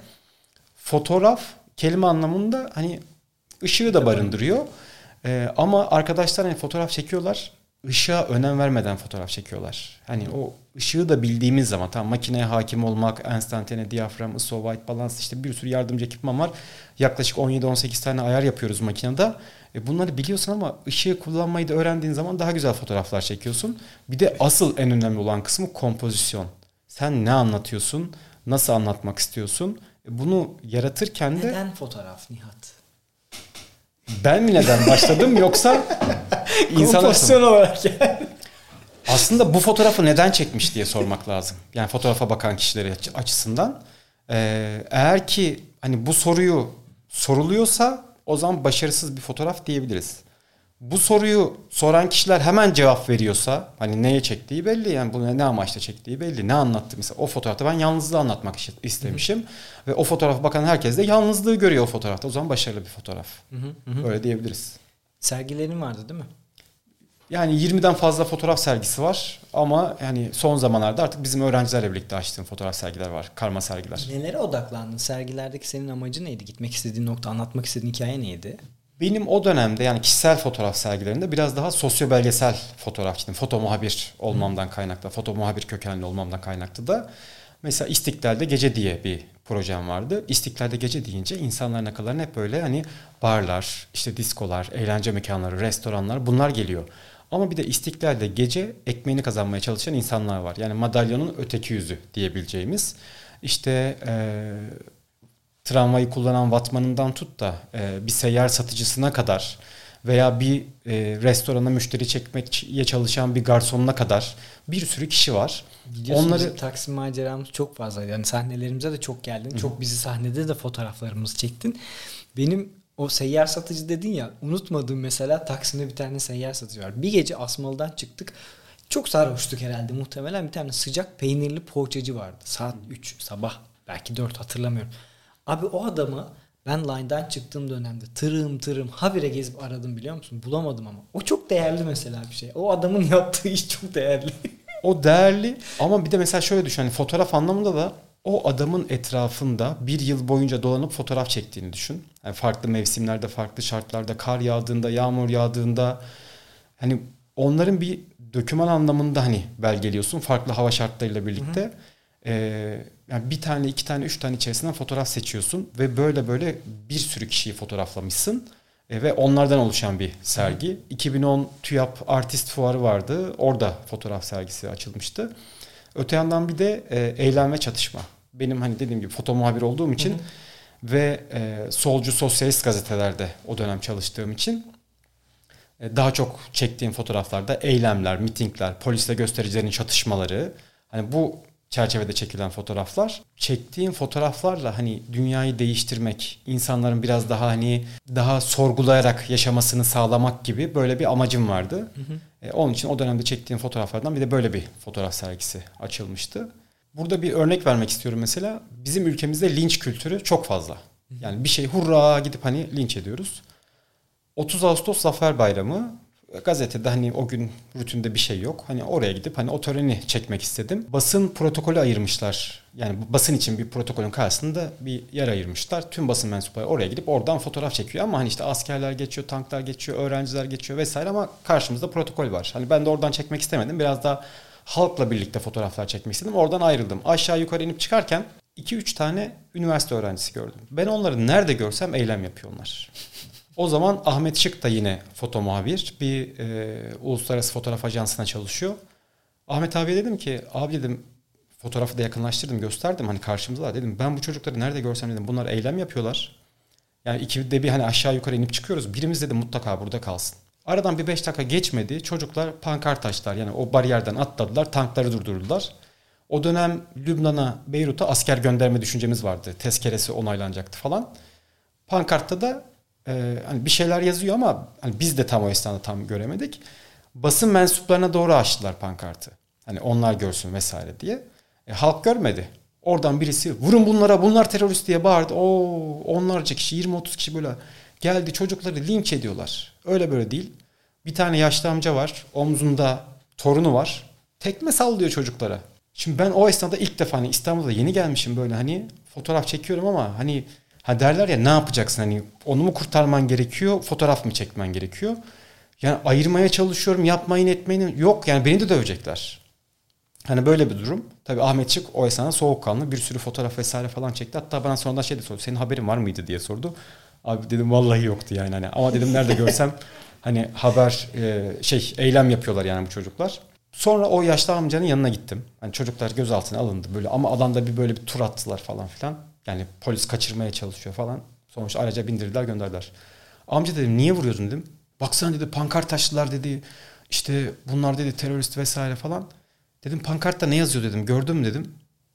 Fotoğraf kelime anlamında hani ışığı da barındırıyor. E, ama arkadaşlar hani fotoğraf çekiyorlar. Işığa önem vermeden fotoğraf çekiyorlar. Hani o ışığı da bildiğimiz zaman, tam makineye hakim olmak, enstantane, diyafram, I S O, white balance, işte bir sürü yardımcı ekipman var. Yaklaşık on yedi on sekiz tane ayar yapıyoruz makinede. E bunları biliyorsun ama ışığı kullanmayı da öğrendiğin zaman daha güzel fotoğraflar çekiyorsun. Bir de asıl en önemli olan kısmı kompozisyon. Sen ne anlatıyorsun? Nasıl anlatmak istiyorsun? E bunu yaratırken de... Neden fotoğraf Nihat? Ben mi neden başladım yoksa kompozisyon olarak yani. Aslında bu fotoğrafı neden çekmiş diye sormak lazım. Yani fotoğrafa bakan kişileri açısından. Ee, eğer ki hani bu soruyu soruluyorsa o zaman başarısız bir fotoğraf diyebiliriz. Bu soruyu soran kişiler hemen cevap veriyorsa, hani neye çektiği belli, yani bunu ne amaçla çektiği belli, ne anlattı mesela o fotoğrafta ben yalnızlığı anlatmak istemişim hı hı. ve o fotoğrafa bakan herkes de yalnızlığı görüyor o fotoğrafta, o zaman başarılı bir fotoğraf. Hı hı hı. Öyle diyebiliriz. Sergilerin vardı değil mi? Yani yirmiden fazla fotoğraf sergisi var ama yani son zamanlarda artık bizim öğrencilerle birlikte açtığım fotoğraf sergiler var. Karma sergiler. Nelere odaklandın? Sergilerdeki senin amacı neydi? Gitmek istediğin nokta, anlatmak istediğin hikaye neydi? Benim o dönemde yani kişisel fotoğraf sergilerinde biraz daha sosyo-belgesel fotoğrafçıydım. Foto muhabir olmamdan kaynaklı, foto muhabir kökenli olmamdan kaynaklı da. Mesela İstiklal'de Gece diye bir projem vardı. İstiklal'de Gece deyince insanların akıllarına hep böyle hani barlar, işte diskolar, eğlence mekanları, restoranlar bunlar geliyor. Ama bir de İstiklal'de gece ekmeğini kazanmaya çalışan insanlar var. Yani madalyonun öteki yüzü diyebileceğimiz. İşte eee tramvayı kullanan vatmanından tut da e, bir seyyar satıcısına kadar veya bir e, restorana müşteri çekmeye çalışan bir garsonuna kadar bir sürü kişi var. Biliyorsun Onları bizim Taksim maceramız çok fazla. Yani sahnelerimize de çok geldin. Hı. Çok bizi sahnede de fotoğraflarımızı çektin. Benim o seyyar satıcı dedin ya, unutmadığım mesela Taksim'de bir tane seyyar satıcı var. Bir gece Asmalı'dan çıktık. Çok sarhoştuk herhalde muhtemelen. Bir tane sıcak peynirli poğaçacı vardı. Saat üç sabah, belki dört, hatırlamıyorum. Abi o adamı ben line'dan çıktığım dönemde tırım tırım habire gezip aradım, biliyor musun? Bulamadım ama. O çok değerli mesela bir şey. O adamın yaptığı iş çok değerli. O değerli ama bir de mesela şöyle düşün. Hani fotoğraf anlamında da o adamın etrafında bir yıl boyunca dolanıp fotoğraf çektiğini düşün. Yani farklı mevsimlerde, farklı şartlarda, kar yağdığında, yağmur yağdığında hani onların bir döküman anlamında hani belgeliyorsun farklı hava şartlarıyla birlikte. Hı hı. Ee, yani bir tane, iki tane, üç tane içerisinden fotoğraf seçiyorsun ve böyle böyle bir sürü kişiyi fotoğraflamışsın e, ve onlardan oluşan bir sergi. Hı. iki bin on TÜYAP Artist Fuarı vardı. Orada fotoğraf sergisi açılmıştı. Öte yandan bir de e, eylem ve çatışma. Benim hani dediğim gibi foto muhabir olduğum için, hı hı, ve e, solcu sosyalist gazetelerde o dönem çalıştığım için e, daha çok çektiğim fotoğraflarda eylemler, mitingler, polisle göstericilerin çatışmaları, hani bu çerçevede çekilen fotoğraflar. Çektiğim fotoğraflarla hani dünyayı değiştirmek, insanların biraz daha hani daha sorgulayarak yaşamasını sağlamak gibi böyle bir amacım vardı. Hı hı. E, onun için o dönemde çektiğim fotoğraflardan bir de böyle bir fotoğraf sergisi açılmıştı. Burada bir örnek vermek istiyorum mesela. Bizim ülkemizde linç kültürü çok fazla. Yani bir şey hurra gidip hani linç ediyoruz. otuz Ağustos Zafer Bayramı. Gazetede hani o gün rutinde bir şey yok. Hani oraya gidip hani o töreni çekmek istedim. Basın protokolü ayırmışlar. Yani basın için bir protokolün karşısında bir yer ayırmışlar. Tüm basın mensupları oraya gidip oradan fotoğraf çekiyor. Ama hani işte askerler geçiyor, tanklar geçiyor, öğrenciler geçiyor vesaire ama karşımızda protokol var. Hani ben de oradan çekmek istemedim. Biraz daha halkla birlikte fotoğraflar çekmek istedim. Oradan ayrıldım. Aşağı yukarı inip çıkarken iki üç tane üniversite öğrencisi gördüm. Ben onları nerede görsem eylem yapıyorlar. O zaman Ahmet Şık da yine foto muhabir. Bir e, uluslararası fotoğraf ajansına çalışıyor. Ahmet abiye dedim ki, abi dedim fotoğrafı da yakınlaştırdım, gösterdim hani karşımızda dedim. Ben bu çocukları nerede görsem dedim bunlar eylem yapıyorlar. Yani ikide bir hani aşağı yukarı inip çıkıyoruz. Birimiz dedim mutlaka burada kalsın. Aradan bir beş dakika geçmedi. Çocuklar pankart açtılar. Yani o bariyerden atladılar, tankları durdurdular. O dönem Lübnan'a, Beyrut'a asker gönderme düşüncemiz vardı. Tezkeresi onaylanacaktı falan. Pankartta da Ee, hani bir şeyler yazıyor ama hani biz de tam o esnada tam göremedik. Basın mensuplarına doğru açtılar pankartı. Hani onlar görsün vesaire diye. E, halk görmedi. Oradan birisi vurun bunlara, bunlar terörist diye bağırdı. Oo, onlarca kişi, yirmi otuz kişi böyle geldi, çocukları linç ediyorlar. Öyle böyle değil. Bir tane yaşlı amca var. Omzunda torunu var. Tekme sallıyor çocuklara. Şimdi ben o esnada ilk defa hani İstanbul'da yeni gelmişim böyle hani fotoğraf çekiyorum ama hani ha derler ya ne yapacaksın hani onu mu kurtarman gerekiyor, fotoğraf mı çekmen gerekiyor? Yani ayırmaya çalışıyorum, yapmayın etmeyin, yok yani beni de dövecekler. Hani böyle bir durum. Tabii Ahmet Şık o esnada soğukkanlı bir sürü fotoğraf vesaire falan çekti. Hatta bana sonradan şey de sordu, senin haberin var mıydı diye sordu. Abi dedim vallahi yoktu yani hani ama dedim nerede görsem hani haber e, şey eylem yapıyorlar yani bu çocuklar. Sonra o yaşlı amcanın yanına gittim. Hani çocuklar gözaltına alındı böyle ama alanda bir böyle bir tur attılar falan filan. Yani polis kaçırmaya çalışıyor falan. Sonuçta araca bindirdiler, gönderdiler. Amca dedim niye vuruyorsun dedim. Baksana dedi pankart taştılar dedi. İşte bunlar dedi terörist vesaire falan. Dedim pankartta ne yazıyor dedim. Gördün mü dedim.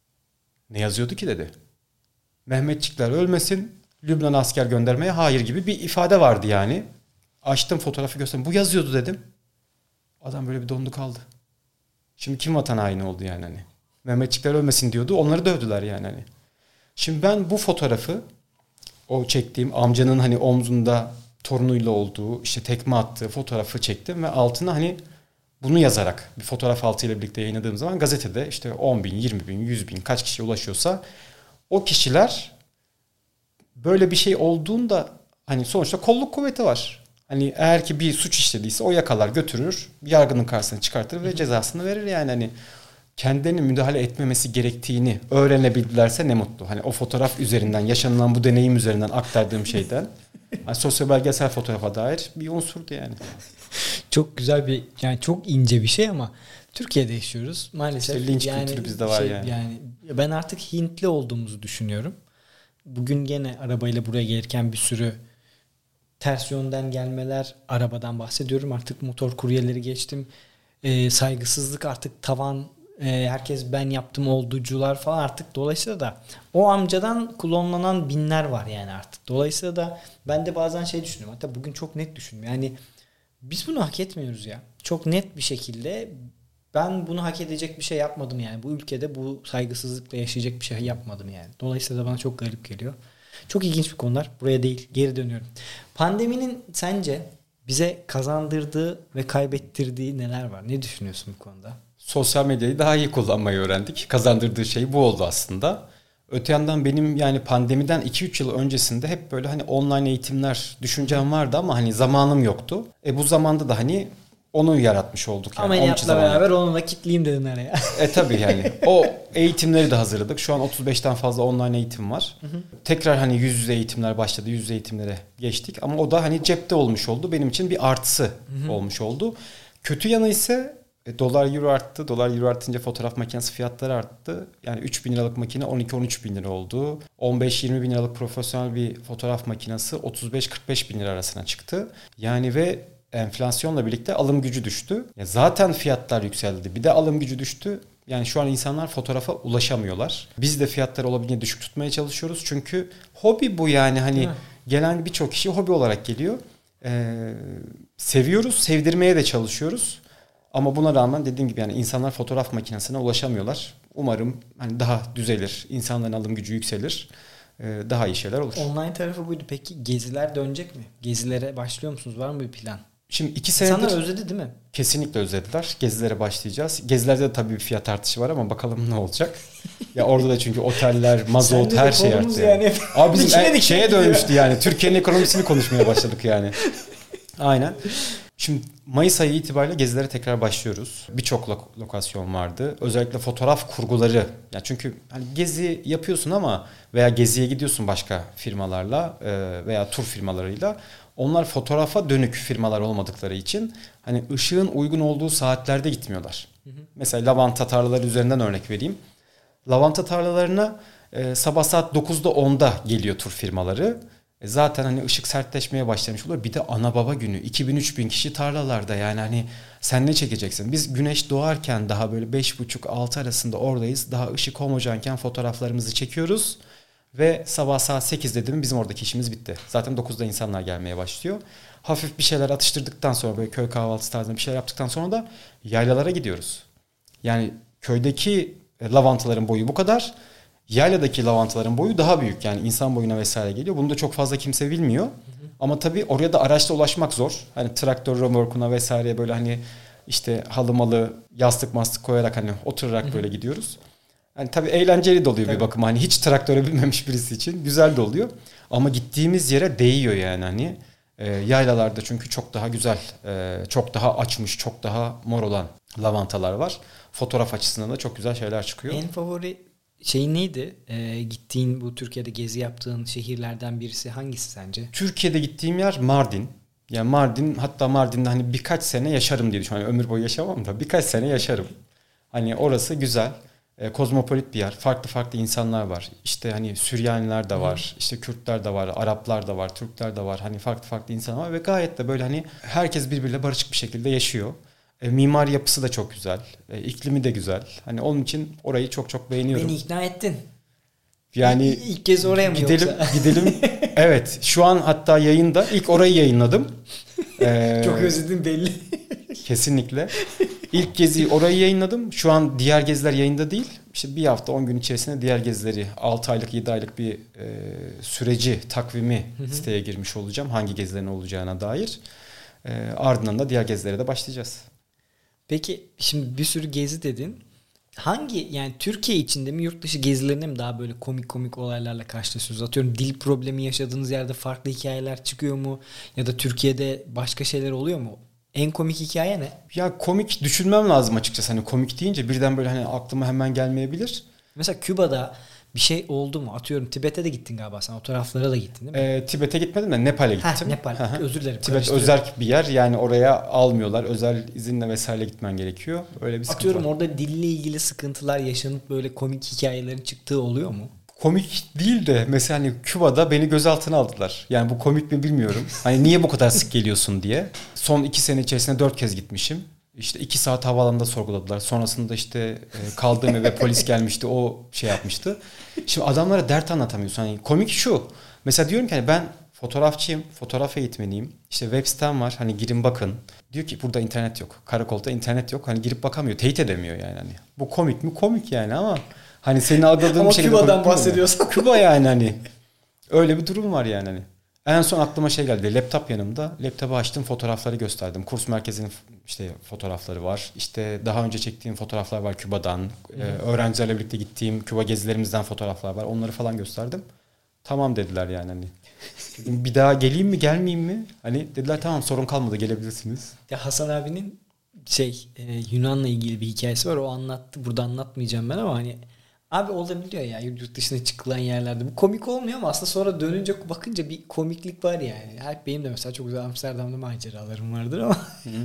Ne yazıyordu ki dedi. Mehmetçikler ölmesin, Lübnan'a asker göndermeye hayır gibi bir ifade vardı yani. Açtım fotoğrafı gösterdim. Bu yazıyordu dedim. Adam böyle bir dondu kaldı. Şimdi kim vatan haini oldu yani hani. Mehmetçikler ölmesin diyordu. Onları dövdüler yani hani. Şimdi ben bu fotoğrafı o çektiğim amcanın hani omzunda torunuyla olduğu, işte tekme attığı fotoğrafı çektim ve altına hani bunu yazarak bir fotoğraf altıyla birlikte yayınladığım zaman gazetede işte on bin, yirmi bin, yüz bin kaç kişiye ulaşıyorsa o kişiler böyle bir şey olduğunda hani sonuçta kolluk kuvveti var. Hani eğer ki bir suç işlediyse o yakalar götürür, yargının karşısına çıkartır ve cezasını verir yani hani kendilerine müdahale etmemesi gerektiğini öğrenebildilerse ne mutlu. Hani o fotoğraf üzerinden, yaşanılan bu deneyim üzerinden aktardığım şeyden hani sosyal belgesel fotoğrafa dair bir unsurdu yani. Çok güzel bir, yani çok ince bir şey ama Türkiye'de yaşıyoruz maalesef. İşte linç yani, kültürü bizde var şey, yani. yani. Ben artık Hintli olduğumuzu düşünüyorum. Bugün gene arabayla buraya gelirken bir sürü ters yönden gelmeler, arabadan bahsediyorum. Artık motor kuryeleri geçtim. Ee, saygısızlık artık tavan, e, herkes ben yaptım olducular falan artık. Dolayısıyla da o amcadan klonlanan binler var yani artık. Dolayısıyla da ben de bazen şey düşünüyorum. Hatta bugün çok net düşünüyorum. Yani biz bunu hak etmiyoruz ya. Çok net bir şekilde ben bunu hak edecek bir şey yapmadım yani. Bu ülkede bu saygısızlıkla yaşayacak bir şey yapmadım yani. Dolayısıyla da bana çok garip geliyor. Çok ilginç bir konular. Buraya değil, geri dönüyorum. Pandeminin sence bize kazandırdığı ve kaybettirdiği neler var? Ne düşünüyorsun bu konuda? Sosyal medyayı daha iyi kullanmayı öğrendik. Kazandırdığı şey bu oldu aslında. Öte yandan benim yani pandemiden iki üç yıl öncesinde hep böyle hani online eğitimler düşüncem vardı ama hani zamanım yoktu. E bu zamanda da hani onu yaratmış olduk. Yani. Ameliyatla beraber onu da kitleyeyim dedin araya. E tabii yani o eğitimleri de hazırladık. Şu an otuz beşten fazla online eğitim var. Hı hı. Tekrar hani yüz yüze eğitimler başladı. Yüz yüze eğitimlere geçtik. Ama o da hani cepte olmuş oldu. Benim için bir artısı hı hı. olmuş oldu. Kötü yanı ise e, dolar euro arttı. Dolar euro artınca fotoğraf makinesi fiyatları arttı. Yani üç bin liralık makine on iki on üç bin lira oldu. on beş yirmi bin liralık profesyonel bir fotoğraf makinesi otuz beş kırk beş bin lira arasına çıktı. Yani ve enflasyonla birlikte alım gücü düştü. Ya zaten fiyatlar yükseldi. Bir de alım gücü düştü. Yani şu an insanlar fotoğrafa ulaşamıyorlar. Biz de fiyatları olabildiğince düşük tutmaya çalışıyoruz. Çünkü hobi bu yani hani gelen birçok kişi hobi olarak geliyor. Ee, seviyoruz, sevdirmeye de çalışıyoruz. Ama buna rağmen dediğim gibi yani insanlar fotoğraf makinesine ulaşamıyorlar. Umarım hani daha düzelir. İnsanların alım gücü yükselir. Ee, daha iyi şeyler olur. Online tarafı buydu. Peki geziler dönecek mi? Gezilere başlıyor musunuz? Var mı bir plan? Şimdi iki senedir... İnsanlar özledi değil mi? Kesinlikle özlediler. Gezilere başlayacağız. Gezilerde de tabii bir fiyat artışı var ama bakalım ne olacak. Ya orada da çünkü oteller, mazot her şey arttı. Yani. Yani. Abi bizim e, şeye dönmüştü yani. Türkiye'nin ekonomisini konuşmaya başladık yani. Aynen. Şimdi Mayıs ayı itibariyle gezilere tekrar başlıyoruz. Birçok lo- lokasyon vardı. Özellikle fotoğraf kurguları. Yani çünkü hani gezi yapıyorsun ama veya geziye gidiyorsun başka firmalarla veya tur firmalarıyla. Onlar fotoğrafa dönük firmalar olmadıkları için hani ışığın uygun olduğu saatlerde gitmiyorlar. Hı hı. Mesela lavanta tarlaları üzerinden örnek vereyim. Lavanta tarlalarına e, sabah saat dokuzda onda geliyor tur firmaları. E, zaten hani ışık sertleşmeye başlamış oluyor. Bir de ana baba günü iki bin üç bin kişi tarlalarda yani hani sen ne çekeceksin? Biz güneş doğarken daha böyle beş buçuk altı arasında oradayız. Daha ışık homojenken fotoğraflarımızı çekiyoruz. Ve sabah saat sekiz dedim bizim oradaki işimiz bitti. Zaten dokuzda insanlar gelmeye başlıyor. Hafif bir şeyler atıştırdıktan sonra böyle köy kahvaltısı tarzında bir şeyler yaptıktan sonra da yaylalara gidiyoruz. Yani köydeki lavantaların boyu bu kadar. Yayladaki lavantaların boyu daha büyük. Yani insan boyuna vesaire geliyor. Bunu da çok fazla kimse bilmiyor. Hı hı. Ama tabii oraya da araçla ulaşmak zor. Hani traktör römorkuna vesaire böyle hani işte halı malı yastık mastık koyarak hani oturarak hı hı. böyle gidiyoruz. Yani tabii eğlenceli de oluyor tabii. Bir bakıma. Hani hiç traktöre binmemiş birisi için güzel de oluyor. Ama gittiğimiz yere değiyor yani hani. E, yaylalarda çünkü çok daha güzel, e, çok daha açmış, çok daha mor olan lavantalar var. Fotoğraf açısından da çok güzel şeyler çıkıyor. En favori şeyin neydi? E, gittiğin bu Türkiye'de gezi yaptığın şehirlerden birisi hangisi sence? Türkiye'de gittiğim yer Mardin. Yani Mardin, hatta Mardin'de hani birkaç sene yaşarım diye düşünüyorum. Hani ömür boyu yaşamam da birkaç sene yaşarım. Hani orası güzel. E, kozmopolit bir yer. Farklı farklı insanlar var. İşte hani Süryaniler de var. Hı. İşte Kürtler de var. Araplar da var. Türkler de var. Hani farklı farklı insanlar var. Ve gayet de böyle hani herkes birbiriyle barışık bir şekilde yaşıyor. E, mimari yapısı da çok güzel. E, iklimi de güzel. Hani onun için orayı çok çok beğeniyorum. Beni ikna ettin. Yani İlk, ilk kez oraya mı gidelim, yoksa? Gidelim. Evet. Şu an hatta yayında ilk orayı yayınladım. Ee, çok özledim belli. Kesinlikle. İlk geziyi orayı yayınladım. Şu an diğer geziler yayında değil. İşte bir hafta on gün içerisinde diğer gezileri altı aylık yedi aylık bir e, süreci takvimi hı hı. siteye girmiş olacağım. Hangi gezilerin olacağına dair. E, ardından da diğer gezilere de başlayacağız. Peki şimdi bir sürü gezi dedin. Hangi yani Türkiye içinde mi yurt dışı gezilerinde mi daha böyle komik komik olaylarla karşılaşıyorsunuz? Atıyorum dil problemi yaşadığınız yerde farklı hikayeler çıkıyor mu? Ya da Türkiye'de başka şeyler oluyor mu? En komik hikaye ne? Ya komik düşünmem lazım açıkçası. Hani komik deyince birden böyle hani aklıma hemen gelmeyebilir. Mesela Küba'da bir şey oldu mu? Atıyorum Tibet'e de gittin galiba sen. O taraflara da gittin değil mi? Ee, Tibet'e gitmedim de Nepal'e gittim. Heh, Nepal. Özür dilerim. Tibet özel bir yer. Yani oraya almıyorlar. Özel izinle vesaire gitmen gerekiyor. Öyle bir sıkıntı Atıyorum var. orada dille ilgili sıkıntılar yaşanıp böyle komik hikayelerin çıktığı oluyor mu? Komik değil de mesela hani Küba'da beni gözaltına aldılar. Yani bu komik mi bilmiyorum. Hani niye bu kadar sık geliyorsun diye. Son iki sene içerisinde dört kez gitmişim. İşte iki saat havaalanında sorguladılar. Sonrasında işte e, kaldığım eve polis gelmişti. O şey yapmıştı. Şimdi adamlara dert anlatamıyorsun. Hani komik şu. Mesela diyorum ki hani ben fotoğrafçıyım. Fotoğraf eğitmeniyim. İşte web sitem var. Hani girin bakın. Diyor ki burada internet yok. Karakolda internet yok. Hani girip bakamıyor. Teyit edemiyor yani. Hani. Bu komik mi? Komik yani ama hani seni algıladığım bir şekilde. Ama Küba'dan bahsediyorsun. Küba yani hani. Öyle bir durum var yani hani. En son aklıma şey geldi. Laptop yanımda. Laptopu açtım, fotoğrafları gösterdim. Kurs merkezinin işte fotoğrafları var. İşte daha önce çektiğim fotoğraflar var Küba'dan. Ee, öğrencilerle birlikte gittiğim Küba gezilerimizden fotoğraflar var. Onları falan gösterdim. Tamam dediler yani hani. Dedim, bir daha geleyim mi gelmeyeyim mi? Hani dediler tamam sorun kalmadı gelebilirsiniz. Ya Hasan abinin şey e, Yunan'la ilgili bir hikayesi var. O anlattı. Burada anlatmayacağım ben ama hani abi olabiliyor ya yurt dışına çıkılan yerlerde. Bu komik olmuyor ama aslında sonra dönünce bakınca bir komiklik var yani. Her benim de mesela çok güzel Amsterdam'da maceralarım vardır ama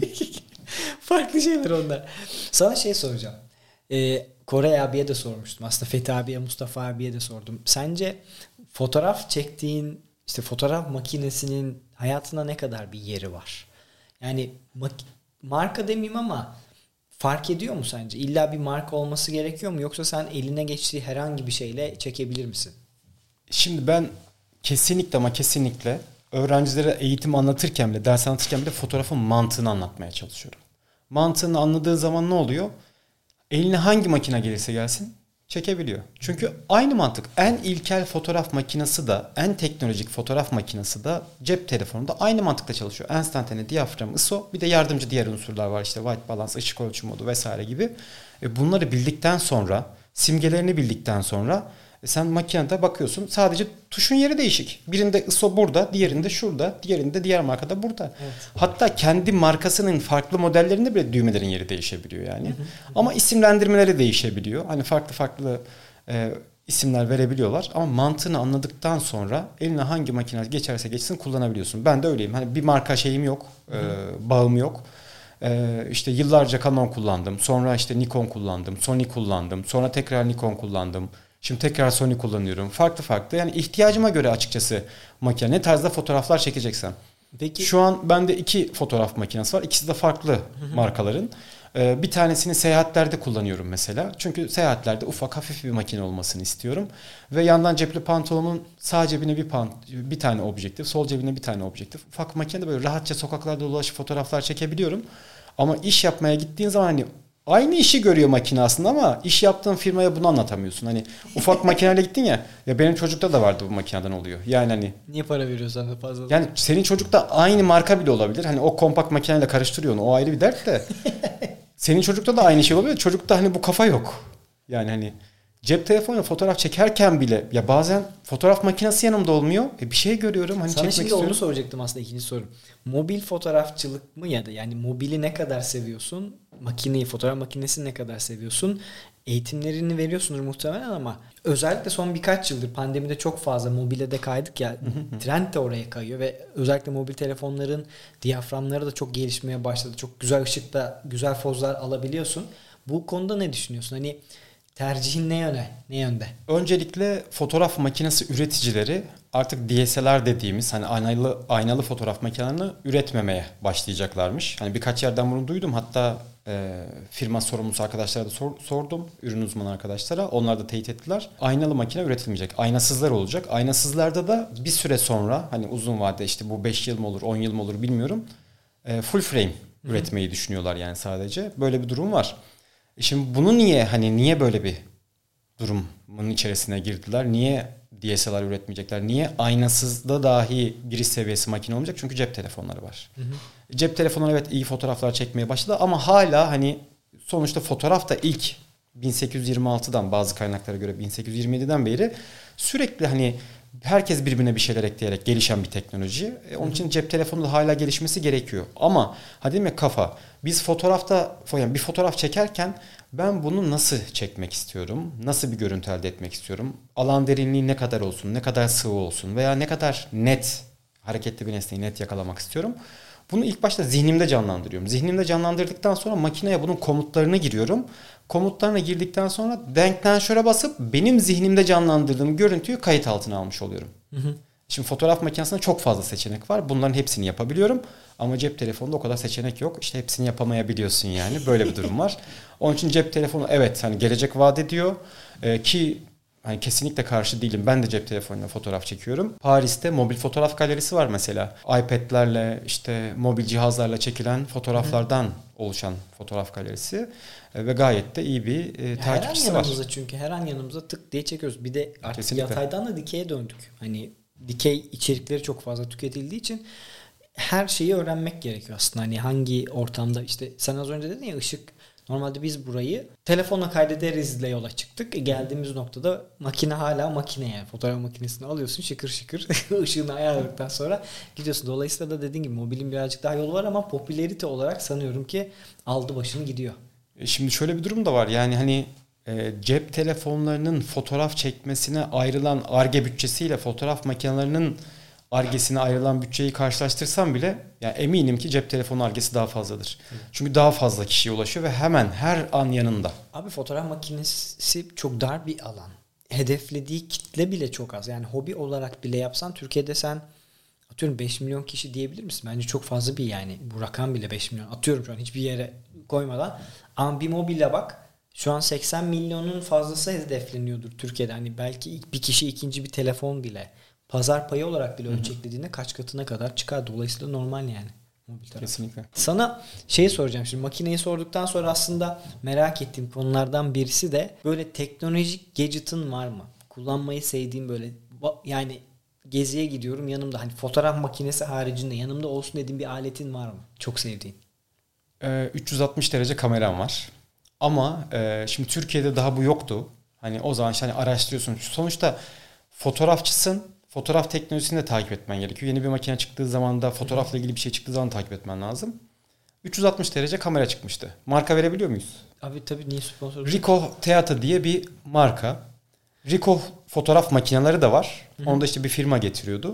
farklı şeyler onlar. Sana şey soracağım. Ee, Koray abiye de sormuştum. Aslında Fethi abiye, Mustafa abiye de sordum. Sence fotoğraf çektiğin işte fotoğraf makinesinin hayatına ne kadar bir yeri var? Yani mak- marka demeyeyim ama fark ediyor mu sence? İlla bir marka olması gerekiyor mu? Yoksa sen eline geçtiği herhangi bir şeyle çekebilir misin? Şimdi ben kesinlikle ama kesinlikle öğrencilere eğitim anlatırken bile, ders anlatırken bile fotoğrafın mantığını anlatmaya çalışıyorum. Mantığını anladığı zaman ne oluyor? Eline hangi makine gelirse gelsin çekebiliyor. Çünkü aynı mantık. En ilkel fotoğraf makinesi de, en teknolojik fotoğraf makinesi de cep telefonunda aynı mantıkla çalışıyor. Enstantane, diyafram, I S O, bir de yardımcı diğer unsurlar var. İşte white balance, ışık ölçüm modu vesaire gibi. E bunları bildikten sonra, simgelerini bildikten sonra e sen makinede bakıyorsun sadece tuşun yeri değişik. Birinde I S O burada, diğerinde şurada, diğerinde diğer markada burada. Evet. Hatta kendi markasının farklı modellerinde bile düğmelerin yeri değişebiliyor yani. Hı hı. Ama isimlendirmeleri değişebiliyor. Hani farklı farklı e, isimler verebiliyorlar. Ama mantığını anladıktan sonra eline hangi makine geçerse geçsin kullanabiliyorsun. Ben de öyleyim. Hani bir marka şeyim yok, e, bağım yok. Ee, işte yıllarca Canon kullandım. Sonra işte Nikon kullandım. Sony kullandım. Sonra tekrar Nikon kullandım. Şimdi tekrar Sony kullanıyorum. Farklı farklı. Yani ihtiyacıma göre açıkçası makine. Ne tarzda fotoğraflar çekeceksem. Peki. Şu an bende iki fotoğraf makinesi var. İkisi de farklı hı hı. markaların. Ee, bir tanesini seyahatlerde kullanıyorum mesela. Çünkü seyahatlerde ufak hafif bir makine olmasını istiyorum. Ve yandan cepli pantolonumun sağ cebine bir, pant- bir tane objektif. Sol cebine bir tane objektif. Ufak makinede böyle rahatça sokaklarda dolaşıp fotoğraflar çekebiliyorum. Ama iş yapmaya gittiğin zaman hani aynı işi görüyor makine aslında ama iş yaptığın firmaya bunu anlatamıyorsun. Hani ufak makineyle gittin ya. Ya benim çocukta da vardı bu makineden oluyor. Yani hani. Niye para veriyorsan da fazla? Yani senin çocukta aynı marka bile olabilir. Hani o kompakt makineyle karıştırıyorsun. O ayrı bir dert de. Senin çocukta da aynı şey olabilir. Çocukta hani bu kafa yok. Yani hani cep telefonuyla fotoğraf çekerken bile ya bazen fotoğraf makinesi yanımda olmuyor. E bir şey görüyorum hani sana çekmek şimdi istiyorum. onu soracaktım aslında ikinci soru. Mobil fotoğrafçılık mı ya da yani mobili ne kadar seviyorsun? Makineyi, fotoğraf makinesini ne kadar seviyorsun? Eğitimlerini veriyorsundur muhtemelen ama özellikle son birkaç yıldır pandemide çok fazla mobile de kaydık ya. Trend de oraya kayıyor ve özellikle mobil telefonların diyaframları da çok gelişmeye başladı. Çok güzel ışıkta güzel pozlar alabiliyorsun. Bu konuda ne düşünüyorsun? Hani tercihin ne yöne? Ne yönde? Öncelikle fotoğraf makinesi üreticileri artık D S L R dediğimiz hani aynalı aynalı fotoğraf makinelerini üretmemeye başlayacaklarmış. Hani birkaç yerden bunu duydum. Hatta e, firma sorumlusu arkadaşlara da sor, sordum. Ürün uzmanı arkadaşlara. Onlar da teyit ettiler. Aynalı makine üretilmeyecek. Aynasızlar olacak. Aynasızlarda da bir süre sonra hani uzun vade işte bu beş yıl mı olur on yıl mı olur bilmiyorum. E, full frame üretmeyi Hı-hı. düşünüyorlar yani sadece. Böyle bir durum var. Şimdi bunu niye hani niye böyle bir durumun içerisine girdiler. Niye D S L R üretmeyecekler? Niye aynasız da dahi giriş seviyesi makine olmayacak? Çünkü cep telefonları var. Hı hı. Cep telefonları evet iyi fotoğraflar çekmeye başladı ama hala hani sonuçta fotoğraf da ilk bin sekiz yüz yirmi altıdan bazı kaynaklara göre bin sekiz yüz yirmi yediden beri sürekli hani herkes birbirine bir şeyler ekleyerek gelişen bir teknoloji. E, onun için cep telefonu da hala gelişmesi gerekiyor. Ama hadi mi kafa? Biz fotoğrafta yani bir fotoğraf çekerken ben bunu nasıl çekmek istiyorum? Nasıl bir görüntü elde etmek istiyorum? Alan derinliği ne kadar olsun? Ne kadar sıvı olsun? Veya ne kadar net hareketli bir nesneyi net yakalamak istiyorum? Bunu ilk başta zihnimde canlandırıyorum. Zihnimde canlandırdıktan sonra makineye bunun komutlarını giriyorum. Komutlarına girdikten sonra denklenşöre basıp benim zihnimde canlandırdığım görüntüyü kayıt altına almış oluyorum. Hı hı. Şimdi fotoğraf makinesinde çok fazla seçenek var. Bunların hepsini yapabiliyorum. Ama cep telefonunda o kadar seçenek yok. İşte hepsini yapamayabiliyorsun yani. Böyle bir durum var. Onun için cep telefonu evet hani gelecek vaat ediyor. Ee, ki hani kesinlikle karşı değilim. Ben de cep telefonuyla fotoğraf çekiyorum. Paris'te mobil fotoğraf galerisi var mesela. iPad'lerle işte mobil cihazlarla çekilen fotoğraflardan Hı. oluşan fotoğraf galerisi. E, ve gayet de iyi bir e, takipçisi var. Her an yanımıza çünkü her an yanımıza tık diye çekiyoruz. Bir de artık kesinlikle. Yataydan da dikeye döndük. Hani dikey içerikleri çok fazla tüketildiği için her şeyi öğrenmek gerekiyor aslında. Hani hangi ortamda işte sen az önce dedin ya ışık. Normalde biz burayı telefonla kaydederizle yola çıktık. E geldiğimiz noktada makine hala makine yani. Fotoğraf makinesini alıyorsun şıkır şıkır ışığını ayarladıktan sonra gidiyorsun. Dolayısıyla da dediğin gibi mobilin birazcık daha yolu var ama popülerite olarak sanıyorum ki aldı başını gidiyor. E şimdi şöyle bir durum da var. Yani hani e, cep telefonlarının fotoğraf çekmesine ayrılan Ar-Ge bütçesiyle fotoğraf makinelerinin Ar-Ge'sine ayrılan bütçeyi karşılaştırsam bile yani eminim ki cep telefonu Ar-Ge'si daha fazladır. Hı. Çünkü daha fazla kişiye ulaşıyor ve hemen her an yanında. Abi fotoğraf makinesi çok dar bir alan. Hedeflediği kitle bile çok az. Yani hobi olarak bile yapsan Türkiye'de sen atıyorum beş milyon kişi diyebilir misin? Bence çok fazla bir yani. Bu rakam bile beş milyon. Atıyorum şu an hiçbir yere koymadan. Ama bir mobile bak. Şu an seksen milyonun fazlası hedefleniyordur Türkiye'de. Hani belki bir kişi ikinci bir telefon bile. Pazar payı olarak bile ölçeklediğinde kaç katına kadar çıkar. Dolayısıyla normal yani. Mobil taraf. Kesinlikle. Sana şeyi soracağım şimdi. Makineyi sorduktan sonra aslında merak ettiğim konulardan birisi de böyle teknolojik gadget'ın var mı? Kullanmayı sevdiğim böyle yani geziye gidiyorum yanımda hani fotoğraf makinesi haricinde yanımda olsun dediğim bir aletin var mı? Çok sevdiğin. Ee, üç yüz altmış derece kameram var. Ama e, şimdi Türkiye'de daha bu yoktu. Hani o zaman işte hani araştırıyorsun. Sonuçta fotoğrafçısın. Fotoğraf teknolojisini de takip etmen gerekiyor. Yeni bir makine çıktığı zaman da fotoğrafla ilgili bir şey çıktığı zaman takip etmen lazım. üç yüz altmış derece kamera çıkmıştı. Marka verebiliyor muyuz? Abi tabii niye sponsor? Ricoh Theata diye bir marka. Ricoh fotoğraf makineleri de var. Hı-hı. Onu da işte bir firma getiriyordu.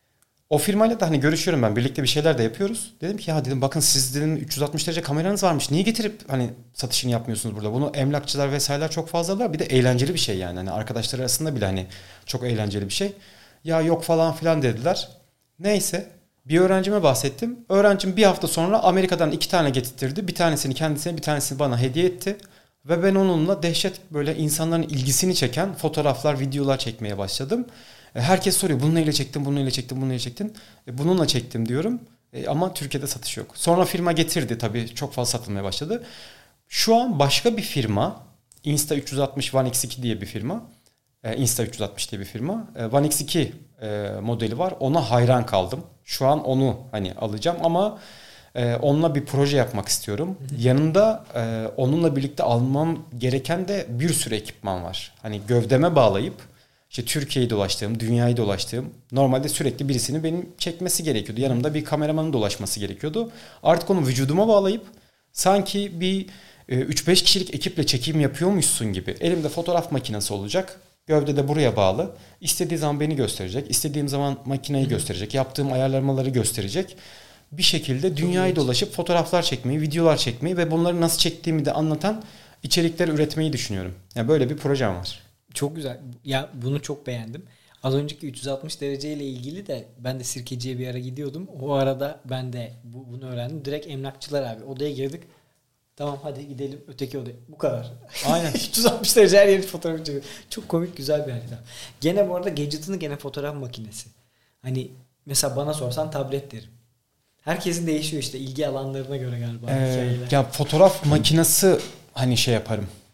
O firmayla da hani görüşüyorum ben. Birlikte bir şeyler de yapıyoruz. Dedim ki ya dedim bakın siz dedim üç yüz altmış derece kameranız varmış. Niye getirip hani satışını yapmıyorsunuz burada? Bunu emlakçılar vesaireler çok fazla var. Bir de eğlenceli bir şey yani. Hani arkadaşlar arasında bile hani çok eğlenceli bir şey. Ya yok falan filan dediler. Neyse bir öğrencime bahsettim. Öğrencim bir hafta sonra Amerika'dan iki tane getirtirdi. Bir tanesini kendisine bir tanesini bana hediye etti. Ve ben onunla dehşet böyle insanların ilgisini çeken fotoğraflar, videolar çekmeye başladım. Herkes soruyor bunu neyle çektin, bunu neyle çektin, bunu neyle çektin. Bununla çektim diyorum. E, ama Türkiye'de satış yok. Sonra firma getirdi tabii çok fazla satılmaya başladı. Şu an başka bir firma Insta üç yüz altmış One X iki diye bir firma. E, Insta üç yüz altmış diye bir firma. E, One X iki e, modeli var. Ona hayran kaldım. Şu an onu hani alacağım ama e, onunla bir proje yapmak istiyorum. Hı hı. Yanında e, onunla birlikte almam gereken de bir sürü ekipman var. Hani gövdeme bağlayıp İşte Türkiye'yi dolaştığım, dünyayı dolaştığım, normalde sürekli birisini benim çekmesi gerekiyordu. Yanımda bir kameramanın dolaşması gerekiyordu. Artık onu vücuduma bağlayıp sanki bir e, üç beş kişilik ekiple çekim yapıyormuşsun gibi. Elimde fotoğraf makinesi olacak. Gövde de buraya bağlı. İstediği zaman beni gösterecek. İstediğim zaman makineyi gösterecek. Yaptığım ayarlamaları gösterecek. Bir şekilde dünyayı dolaşıp fotoğraflar çekmeyi, videolar çekmeyi ve bunları nasıl çektiğimi de anlatan içerikler üretmeyi düşünüyorum. Yani böyle bir projem var. Çok güzel. Ya bunu çok beğendim. Az önceki üç yüz altmış dereceyle ilgili de ben de Sirkeci'ye bir ara gidiyordum. O arada ben de bu, bunu öğrendim. Direkt emlakçılar abi. Odaya girdik. Tamam hadi gidelim öteki odaya. Bu kadar. Aynen. üç yüz altmış derece her yeri fotoğraf çekiyor. Çok komik güzel bir harita. Gene bu arada gadget'ını gene fotoğraf makinesi. Hani mesela bana sorsan tablet derim. Herkesin değişiyor işte ilgi alanlarına göre galiba. Ee, ya fotoğraf makinesi hani şey yaparım.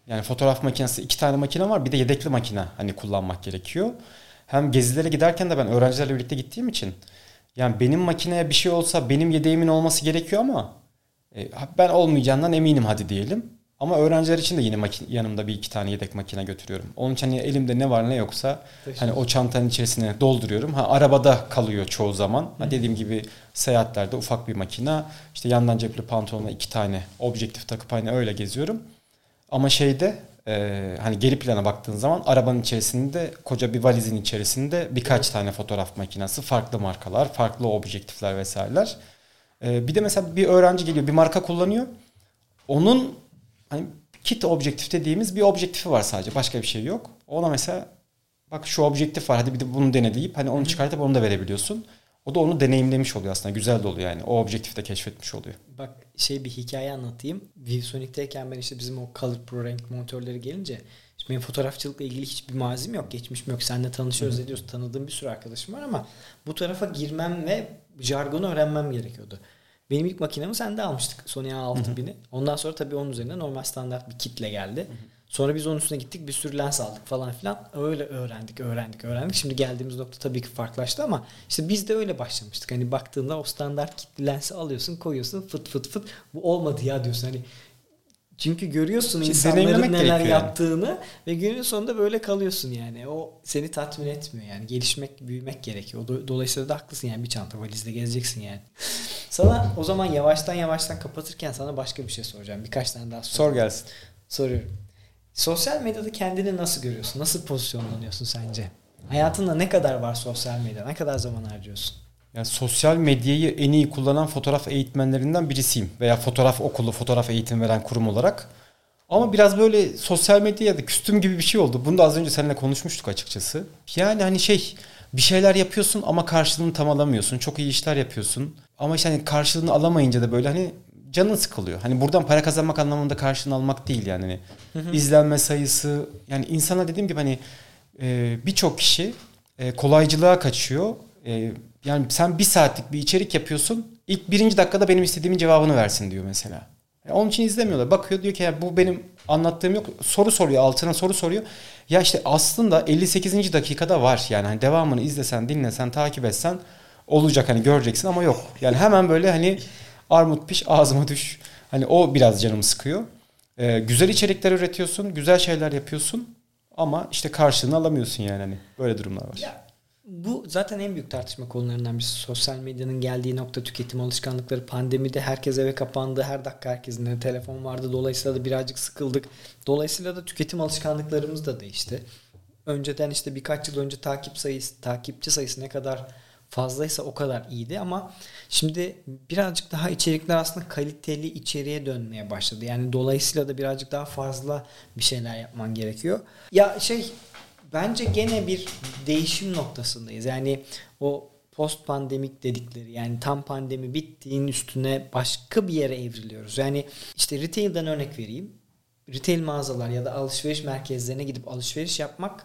Yani fotoğraf makinesi, iki tane makine var. Bir de yedekli makine hani kullanmak gerekiyor. Hem gezilere giderken de ben öğrencilerle birlikte gittiğim için yani benim makineye bir şey olsa benim yedeğimin olması gerekiyor ama e, ben olmayacağından eminim hadi diyelim. Ama öğrenciler için de yine makine, yanımda bir iki tane yedek makine götürüyorum. Onun için hani elimde ne var ne yoksa Teşekkür. hani o çantanın içerisine dolduruyorum. Ha arabada kalıyor çoğu zaman. Ha, dediğim gibi seyahatlerde ufak bir makine. İşte yandan cepli pantolonla iki tane objektif takıp hani öyle geziyorum. Ama şeyde e, hani geri plana baktığın zaman arabanın içerisinde koca bir valizin içerisinde birkaç evet. tane fotoğraf makinesi, farklı markalar, farklı objektifler vesaireler. E, bir de mesela bir öğrenci geliyor, bir marka kullanıyor. Onun hani kit objektif dediğimiz bir objektifi var sadece. Başka bir şey yok. Ona mesela bak şu objektif var hadi bir de bunu dene deyip hani onu çıkartıp onu da verebiliyorsun. O da onu deneyimlemiş oluyor aslında. Güzel de oluyor yani. O objektifi de keşfetmiş oluyor. Bak şey bir hikaye anlatayım. ViewSonic'teyken ben işte bizim o Color Pro renk monitörleri gelince işte benim fotoğrafçılıkla ilgili hiçbir mazim yok. Geçmişim yok. Seninle tanışıyoruz ediyoruz. Tanıdığım bir sürü arkadaşım var ama bu tarafa girmem ve jargonu öğrenmem gerekiyordu. Benim ilk makinemi sende almıştık. Sony A altı bini. Ondan sonra tabii onun üzerine normal standart bir kitle geldi. Hı hı. Sonra biz onun üstüne gittik. Bir sürü lens aldık falan filan. Öyle öğrendik, öğrendik, öğrendik. Şimdi geldiğimiz nokta tabii ki farklılaştı ama işte biz de öyle başlamıştık. Hani baktığında o standart kitli lensi alıyorsun, koyuyorsun fıt fıt fıt. Bu olmadı ya diyorsun. Hani çünkü görüyorsun işte insanların neler yaptığını yani. Ve günün sonunda böyle kalıyorsun yani. O seni tatmin etmiyor yani. Gelişmek, büyümek gerekiyor. Dolayısıyla da haklısın yani bir çanta valizle gezeceksin yani. Sana o zaman yavaştan yavaştan kapatırken sana başka bir şey soracağım. Birkaç tane daha soracağım. Sor gelsin. Soruyorum. Sosyal medyada kendini nasıl görüyorsun? Nasıl pozisyonlanıyorsun sence? Hayatında ne kadar var sosyal medya? Ne kadar zaman harcıyorsun? Yani sosyal medyayı en iyi kullanan fotoğraf eğitmenlerinden birisiyim. Veya fotoğraf okulu, fotoğraf eğitim veren kurum olarak. Ama biraz böyle sosyal medyaya da küstüm gibi bir şey oldu. Bunu da az önce seninle konuşmuştuk açıkçası. Yani hani şey bir şeyler yapıyorsun ama karşılığını tam alamıyorsun. Çok iyi işler yapıyorsun. Ama işte hani karşılığını alamayınca da böyle hani canın sıkılıyor. Hani buradan para kazanmak anlamında karşılığını almak değil yani. Hani hı hı. İzlenme sayısı yani insana dediğim gibi hani e, birçok kişi e, kolaycılığa kaçıyor. E, yani sen bir saatlik bir içerik yapıyorsun. İlk birinci dakikada benim istediğimin cevabını versin diyor mesela. Yani onun için izlemiyorlar. Bakıyor diyor ki ya bu benim anlattığım yok. Soru soruyor altına soru soruyor. Ya işte aslında elli sekizinci dakikada var. Yani hani devamını izlesen, dinlesen, takip etsen olacak hani göreceksin ama yok. Yani hemen böyle hani armut piş ağzıma düş. Hani o biraz canımı sıkıyor. Ee, güzel içerikler üretiyorsun, güzel şeyler yapıyorsun ama işte karşılığını alamıyorsun yani hani böyle durumlar var. Ya, bu zaten en büyük tartışma konularından birisi. Sosyal medyanın geldiği nokta tüketim alışkanlıkları. Pandemide herkes eve kapandı. Her dakika herkesin de telefon vardı. Dolayısıyla da birazcık sıkıldık. Dolayısıyla da tüketim alışkanlıklarımız da değişti. Önceden işte birkaç yıl önce takip sayısı, takipçi sayısı ne kadar fazlaysa o kadar iyiydi ama şimdi birazcık daha içerikler aslında kaliteli içeriğe dönmeye başladı. Yani dolayısıyla da birazcık daha fazla bir şeyler yapman gerekiyor. Ya şey bence gene bir değişim noktasındayız. Yani o post pandemik dedikleri yani tam pandemi bittiğin üstüne başka bir yere evriliyoruz. Yani işte retail'den örnek vereyim. Retail mağazalar ya da alışveriş merkezlerine gidip alışveriş yapmak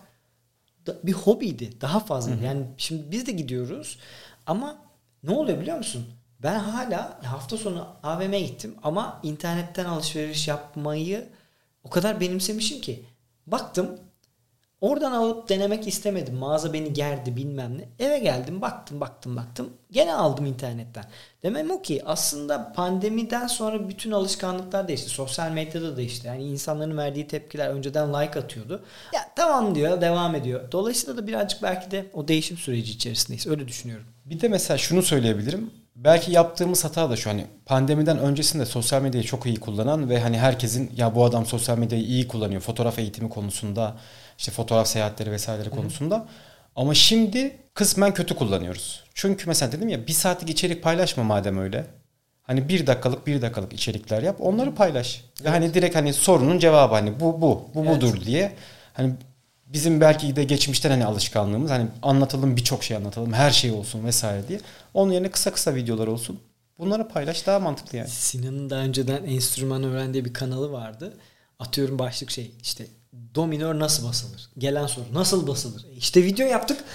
bir hobiydi. Daha fazla. Hı hı. Yani şimdi biz de gidiyoruz ama ne oluyor biliyor musun? Ben hala hafta sonu A V M'ye gittim ama internetten alışveriş yapmayı o kadar benimsemişim ki. Baktım oradan alıp denemek istemedim. Mağaza beni gerdi bilmem ne. Eve geldim baktım baktım baktım. Gene aldım internetten. Demem o ki aslında pandemiden sonra bütün alışkanlıklar değişti. Sosyal medyada değişti. Yani insanların verdiği tepkiler önceden like atıyordu. Ya tamam diyor devam ediyor. Dolayısıyla da birazcık belki de o değişim süreci içerisindeyiz. Öyle düşünüyorum. Bir de mesela şunu söyleyebilirim. Belki yaptığımız hata da şu hani pandemiden öncesinde sosyal medyayı çok iyi kullanan ve hani herkesin ya bu adam sosyal medyayı iyi kullanıyor. Fotoğraf eğitimi konusunda işte fotoğraf seyahatleri vesaireleri Hı-hı. konusunda. Ama şimdi kısmen kötü kullanıyoruz. Çünkü mesela dedim ya bir saatlik içerik paylaşma madem öyle. Hani bir dakikalık bir dakikalık içerikler yap. Onları paylaş. Evet. Ve hani direkt hani sorunun cevabı hani bu bu bu evet. budur diye. Hani bizim belki de geçmişten hani alışkanlığımız hani anlatalım birçok şey anlatalım her şey olsun vesaire diye. Onun yerine kısa kısa videolar olsun. Bunları paylaş daha mantıklı yani. Sinan'ın daha önceden enstrüman öğrendiği bir kanalı vardı. Atıyorum başlık şey işte do minör nasıl basılır? Gelen soru nasıl basılır? İşte video yaptık.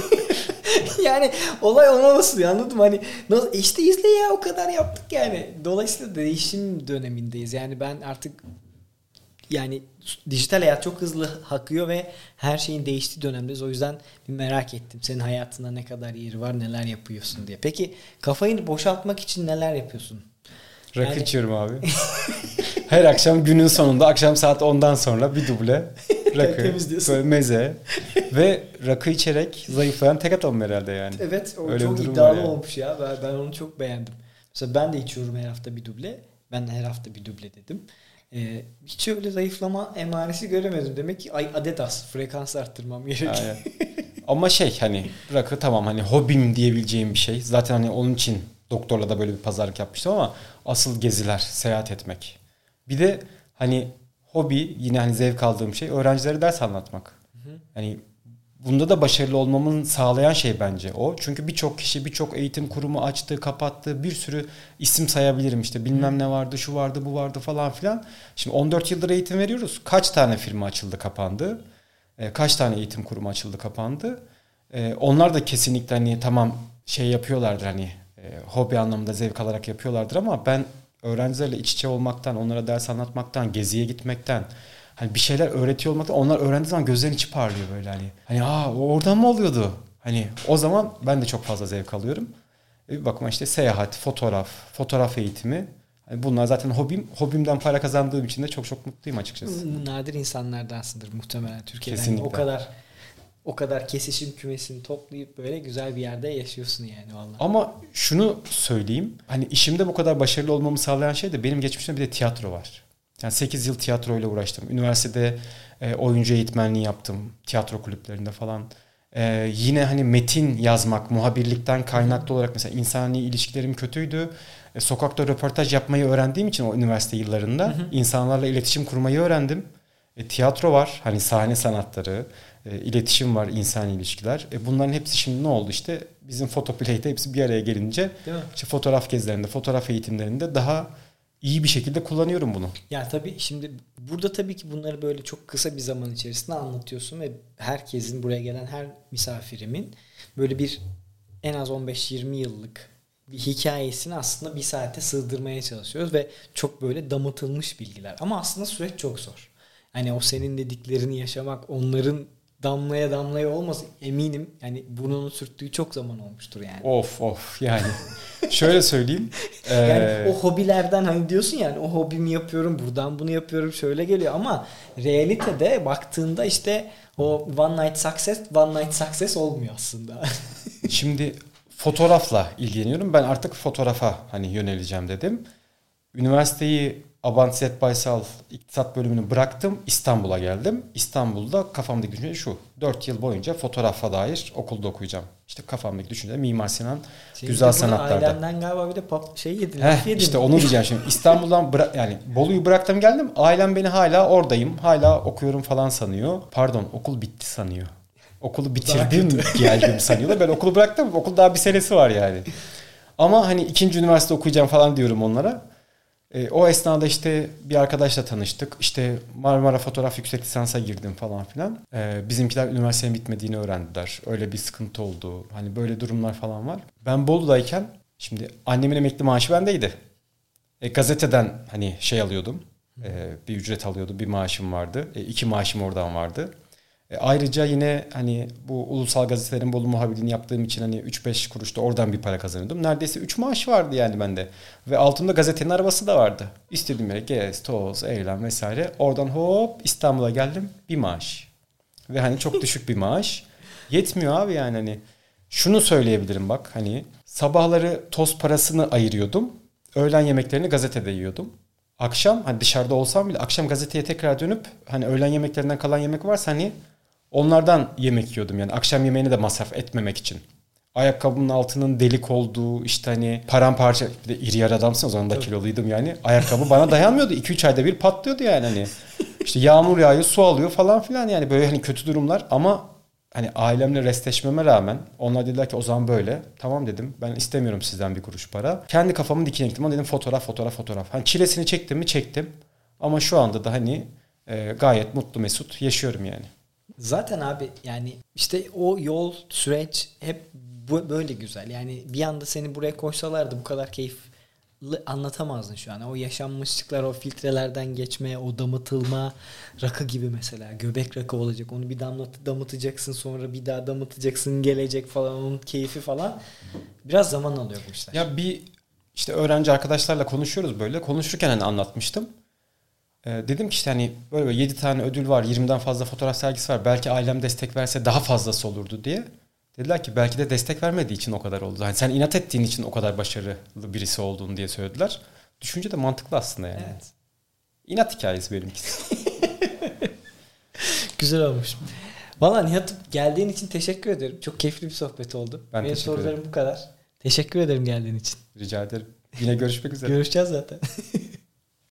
Yani olay ona basılıyor anladın mı? Hani nasıl, işte izle ya o kadar yaptık yani. Dolayısıyla değişim dönemindeyiz. Yani ben artık yani dijital hayat çok hızlı akıyor ve her şeyin değiştiği dönemdeyiz. O yüzden bir merak ettim. Senin hayatında ne kadar yeri var, neler yapıyorsun diye. Peki kafayı boşaltmak için neler yapıyorsun? Rakı Yani... içiyorum abi. Her akşam günün sonunda akşam saat ondan sonra bir duble rakı, böyle meze ve rakı içerek zayıflayan tek adamım herhalde yani. Evet, o öyle çok iddialı olmuş ya. Ben, ben onu çok beğendim. Mesela ben de içiyorum her hafta bir duble. Ben de her hafta bir duble dedim. Ee, hiç öyle zayıflama emaresi göremedim. Demek ki ay adet az. Frekans arttırmam gerekiyor. Ama şey hani rakı tamam hani hobim diyebileceğim bir şey. Zaten hani onun için doktorla da böyle bir pazarlık yapmıştım ama asıl geziler, seyahat etmek. Bir de hani hobi yine hani zevk aldığım şey öğrencilere ders anlatmak. Hı hı. Hani bunda da başarılı olmamın sağlayan şey bence o. Çünkü birçok kişi birçok eğitim kurumu açtı, kapattı. Bir sürü isim sayabilirim işte bilmem hı. ne vardı, şu vardı, bu vardı falan filan. Şimdi on dört yıldır eğitim veriyoruz. Kaç tane firma açıldı, kapandı? E, kaç tane eğitim kurumu açıldı, kapandı? E, onlar da kesinlikle hani tamam şey yapıyorlardır hani e, hobi anlamında zevk alarak yapıyorlardır ama ben öğrencilerle iç içe olmaktan, onlara ders anlatmaktan, geziye gitmekten, hani bir şeyler öğretiyor olmaktan, onlar öğrendiği zaman gözlerinin içi parlıyor böyle hani. Hani aa oradan mı oluyordu? Hani o zaman ben de çok fazla zevk alıyorum. E bir bakıma işte seyahat, fotoğraf, fotoğraf eğitimi. Yani bunlar zaten hobim. Hobimden para kazandığım için de çok çok mutluyum açıkçası. Nadir insanlardansındır muhtemelen Türkiye'den. Kesinlikle. O kadar o kadar kesişim kümesini toplayıp böyle güzel bir yerde yaşıyorsun yani vallahi. Ama şunu söyleyeyim. Hani işimde bu kadar başarılı olmamı sağlayan şey de benim geçmişimde bir de tiyatro var. Yani sekiz yıl tiyatroyla uğraştım. Üniversitede e, oyuncu eğitmenliği yaptım. Tiyatro kulüplerinde falan. E, yine hani metin yazmak, muhabirlikten kaynaklı olarak mesela insani ilişkilerim kötüydü. E, sokakta röportaj yapmayı öğrendiğim için o üniversite yıllarında hı hı. insanlarla iletişim kurmayı öğrendim. E, tiyatro var. Hani sahne sanatları, e, iletişim var, insani ilişkiler. E, bunların hepsi şimdi ne oldu işte? Bizim Photoplay'de hepsi bir araya gelince işte fotoğraf gezilerinde, fotoğraf eğitimlerinde daha iyi bir şekilde kullanıyorum bunu. Ya tabii şimdi burada tabii ki bunları böyle çok kısa bir zaman içerisinde anlatıyorsun ve herkesin, buraya gelen her misafirimin böyle bir en az on beş yirmi yıllık bir hikayesini aslında bir saate sığdırmaya çalışıyoruz ve çok böyle damıtılmış bilgiler. Ama aslında süreç çok zor. Hani o senin dediklerini yaşamak, onların damlaya damlaya olması eminim yani burnunu sürttüğü çok zaman olmuştur yani. Of of yani şöyle söyleyeyim. Yani ee... o hobilerden hani diyorsun yani o hobimi yapıyorum, buradan bunu yapıyorum, şöyle geliyor ama realitede baktığında işte o one night success one night success olmuyor aslında. Şimdi fotoğrafla ilgileniyorum. Ben artık fotoğrafa hani yöneleceğim dedim. Üniversiteyi Abant Zet Baysal İktisat bölümünü bıraktım. İstanbul'a geldim. İstanbul'da kafamdaki düşünce şu. dört yıl boyunca fotoğrafa dair okulda okuyacağım. İşte kafamdaki düşünce Mimar Sinan Senin Güzel Sanatlar'da. Ailenden galiba bir de pop şey yedin. Heh, yedin işte onu diyeceğim şimdi. İstanbul'dan bıra- yani Bolu'yu bıraktım geldim. Ailem beni hala oradayım. Hala okuyorum falan sanıyor. Pardon, okul bitti sanıyor. Okulu bitirdim geldim sanıyorlar. Ben okulu bıraktım. Okul daha bir senesi var yani. Ama hani ikinci üniversite okuyacağım falan diyorum onlara. E, o esnada işte bir arkadaşla tanıştık. İşte Marmara Fotoğraf Yüksek Lisansa girdim falan filan. E, bizimkiler üniversitenin bitmediğini öğrendiler. Öyle bir sıkıntı oldu. Hani böyle durumlar falan var. Ben Bolu'dayken şimdi annemin emekli maaşı bendeydi. E, gazeteden hani şey alıyordum. E, bir ücret alıyordum. Bir maaşım vardı. E, iki maaşım oradan vardı. E, ayrıca yine hani bu ulusal gazetelerin Bolu muhabirliğini yaptığım için hani üç beş kuruş da oradan bir para kazanıyordum. Neredeyse üç maaş vardı yani bende. Ve altımda gazetenin arabası da vardı. İstediğim yere gez, toz, eğlen vesaire. Oradan hop İstanbul'a geldim. Bir maaş. Ve hani çok düşük bir maaş. Yetmiyor abi yani hani. Şunu söyleyebilirim bak hani. Sabahları toz parasını ayırıyordum. Öğlen yemeklerini gazetede yiyordum. Akşam hani dışarıda olsam bile akşam gazeteye tekrar dönüp hani öğlen yemeklerinden kalan yemek varsa hani onlardan yemek yiyordum yani akşam yemeğini de masraf etmemek için. Ayakkabımın altının delik olduğu işte hani paramparça, bir de iri yarı adamsın o zaman da kiloluydum yani. Ayakkabı bana dayanmıyordu. iki üç ayda bir patlıyordu yani hani. İşte yağmur yağıyor, su alıyor falan filan yani böyle hani kötü durumlar ama hani ailemle restleşmeme rağmen onlar dediler ki o zaman böyle. Tamam dedim. Ben istemiyorum sizden bir kuruş para. Kendi kafamın dikine gittim. Ama dedim fotoğraf fotoğraf fotoğraf. Hani çilesini çektim mi çektim. Ama şu anda da hani e, gayet mutlu mesut yaşıyorum yani. Zaten abi yani işte o yol, süreç hep bu, böyle güzel. Yani bir anda seni buraya koysalardı bu kadar keyif anlatamazdın şu an. O yaşanmışlıklar, o filtrelerden geçme, o damıtılma, rakı gibi mesela. Göbek rakı olacak. Onu bir damlat damıtacaksın, sonra bir daha damıtacaksın, gelecek falan, onun keyfi falan. Biraz zaman alıyor bu işler. Ya bir işte öğrenci arkadaşlarla konuşuyoruz böyle. Konuşurken hani anlatmıştım. Ee, dedim ki işte hani böyle, böyle yedi tane ödül var, yirmiden fazla fotoğraf sergisi var. Belki ailem destek verse daha fazlası olurdu diye. Dediler ki belki de destek vermediği için o kadar oldu. Hani sen inat ettiğin için o kadar başarılı birisi olduğunu diye söylediler. Düşünce de mantıklı aslında yani. Evet. İnat hikayesi benimkisi. Güzel olmuş. Valla Nihat, geldiğin için teşekkür ederim. Çok keyifli bir sohbet oldu. Ben Benim teşekkür sorularım ederim. bu kadar. Teşekkür ederim geldiğin için. Rica ederim. Yine görüşmek üzere. Görüşeceğiz zaten.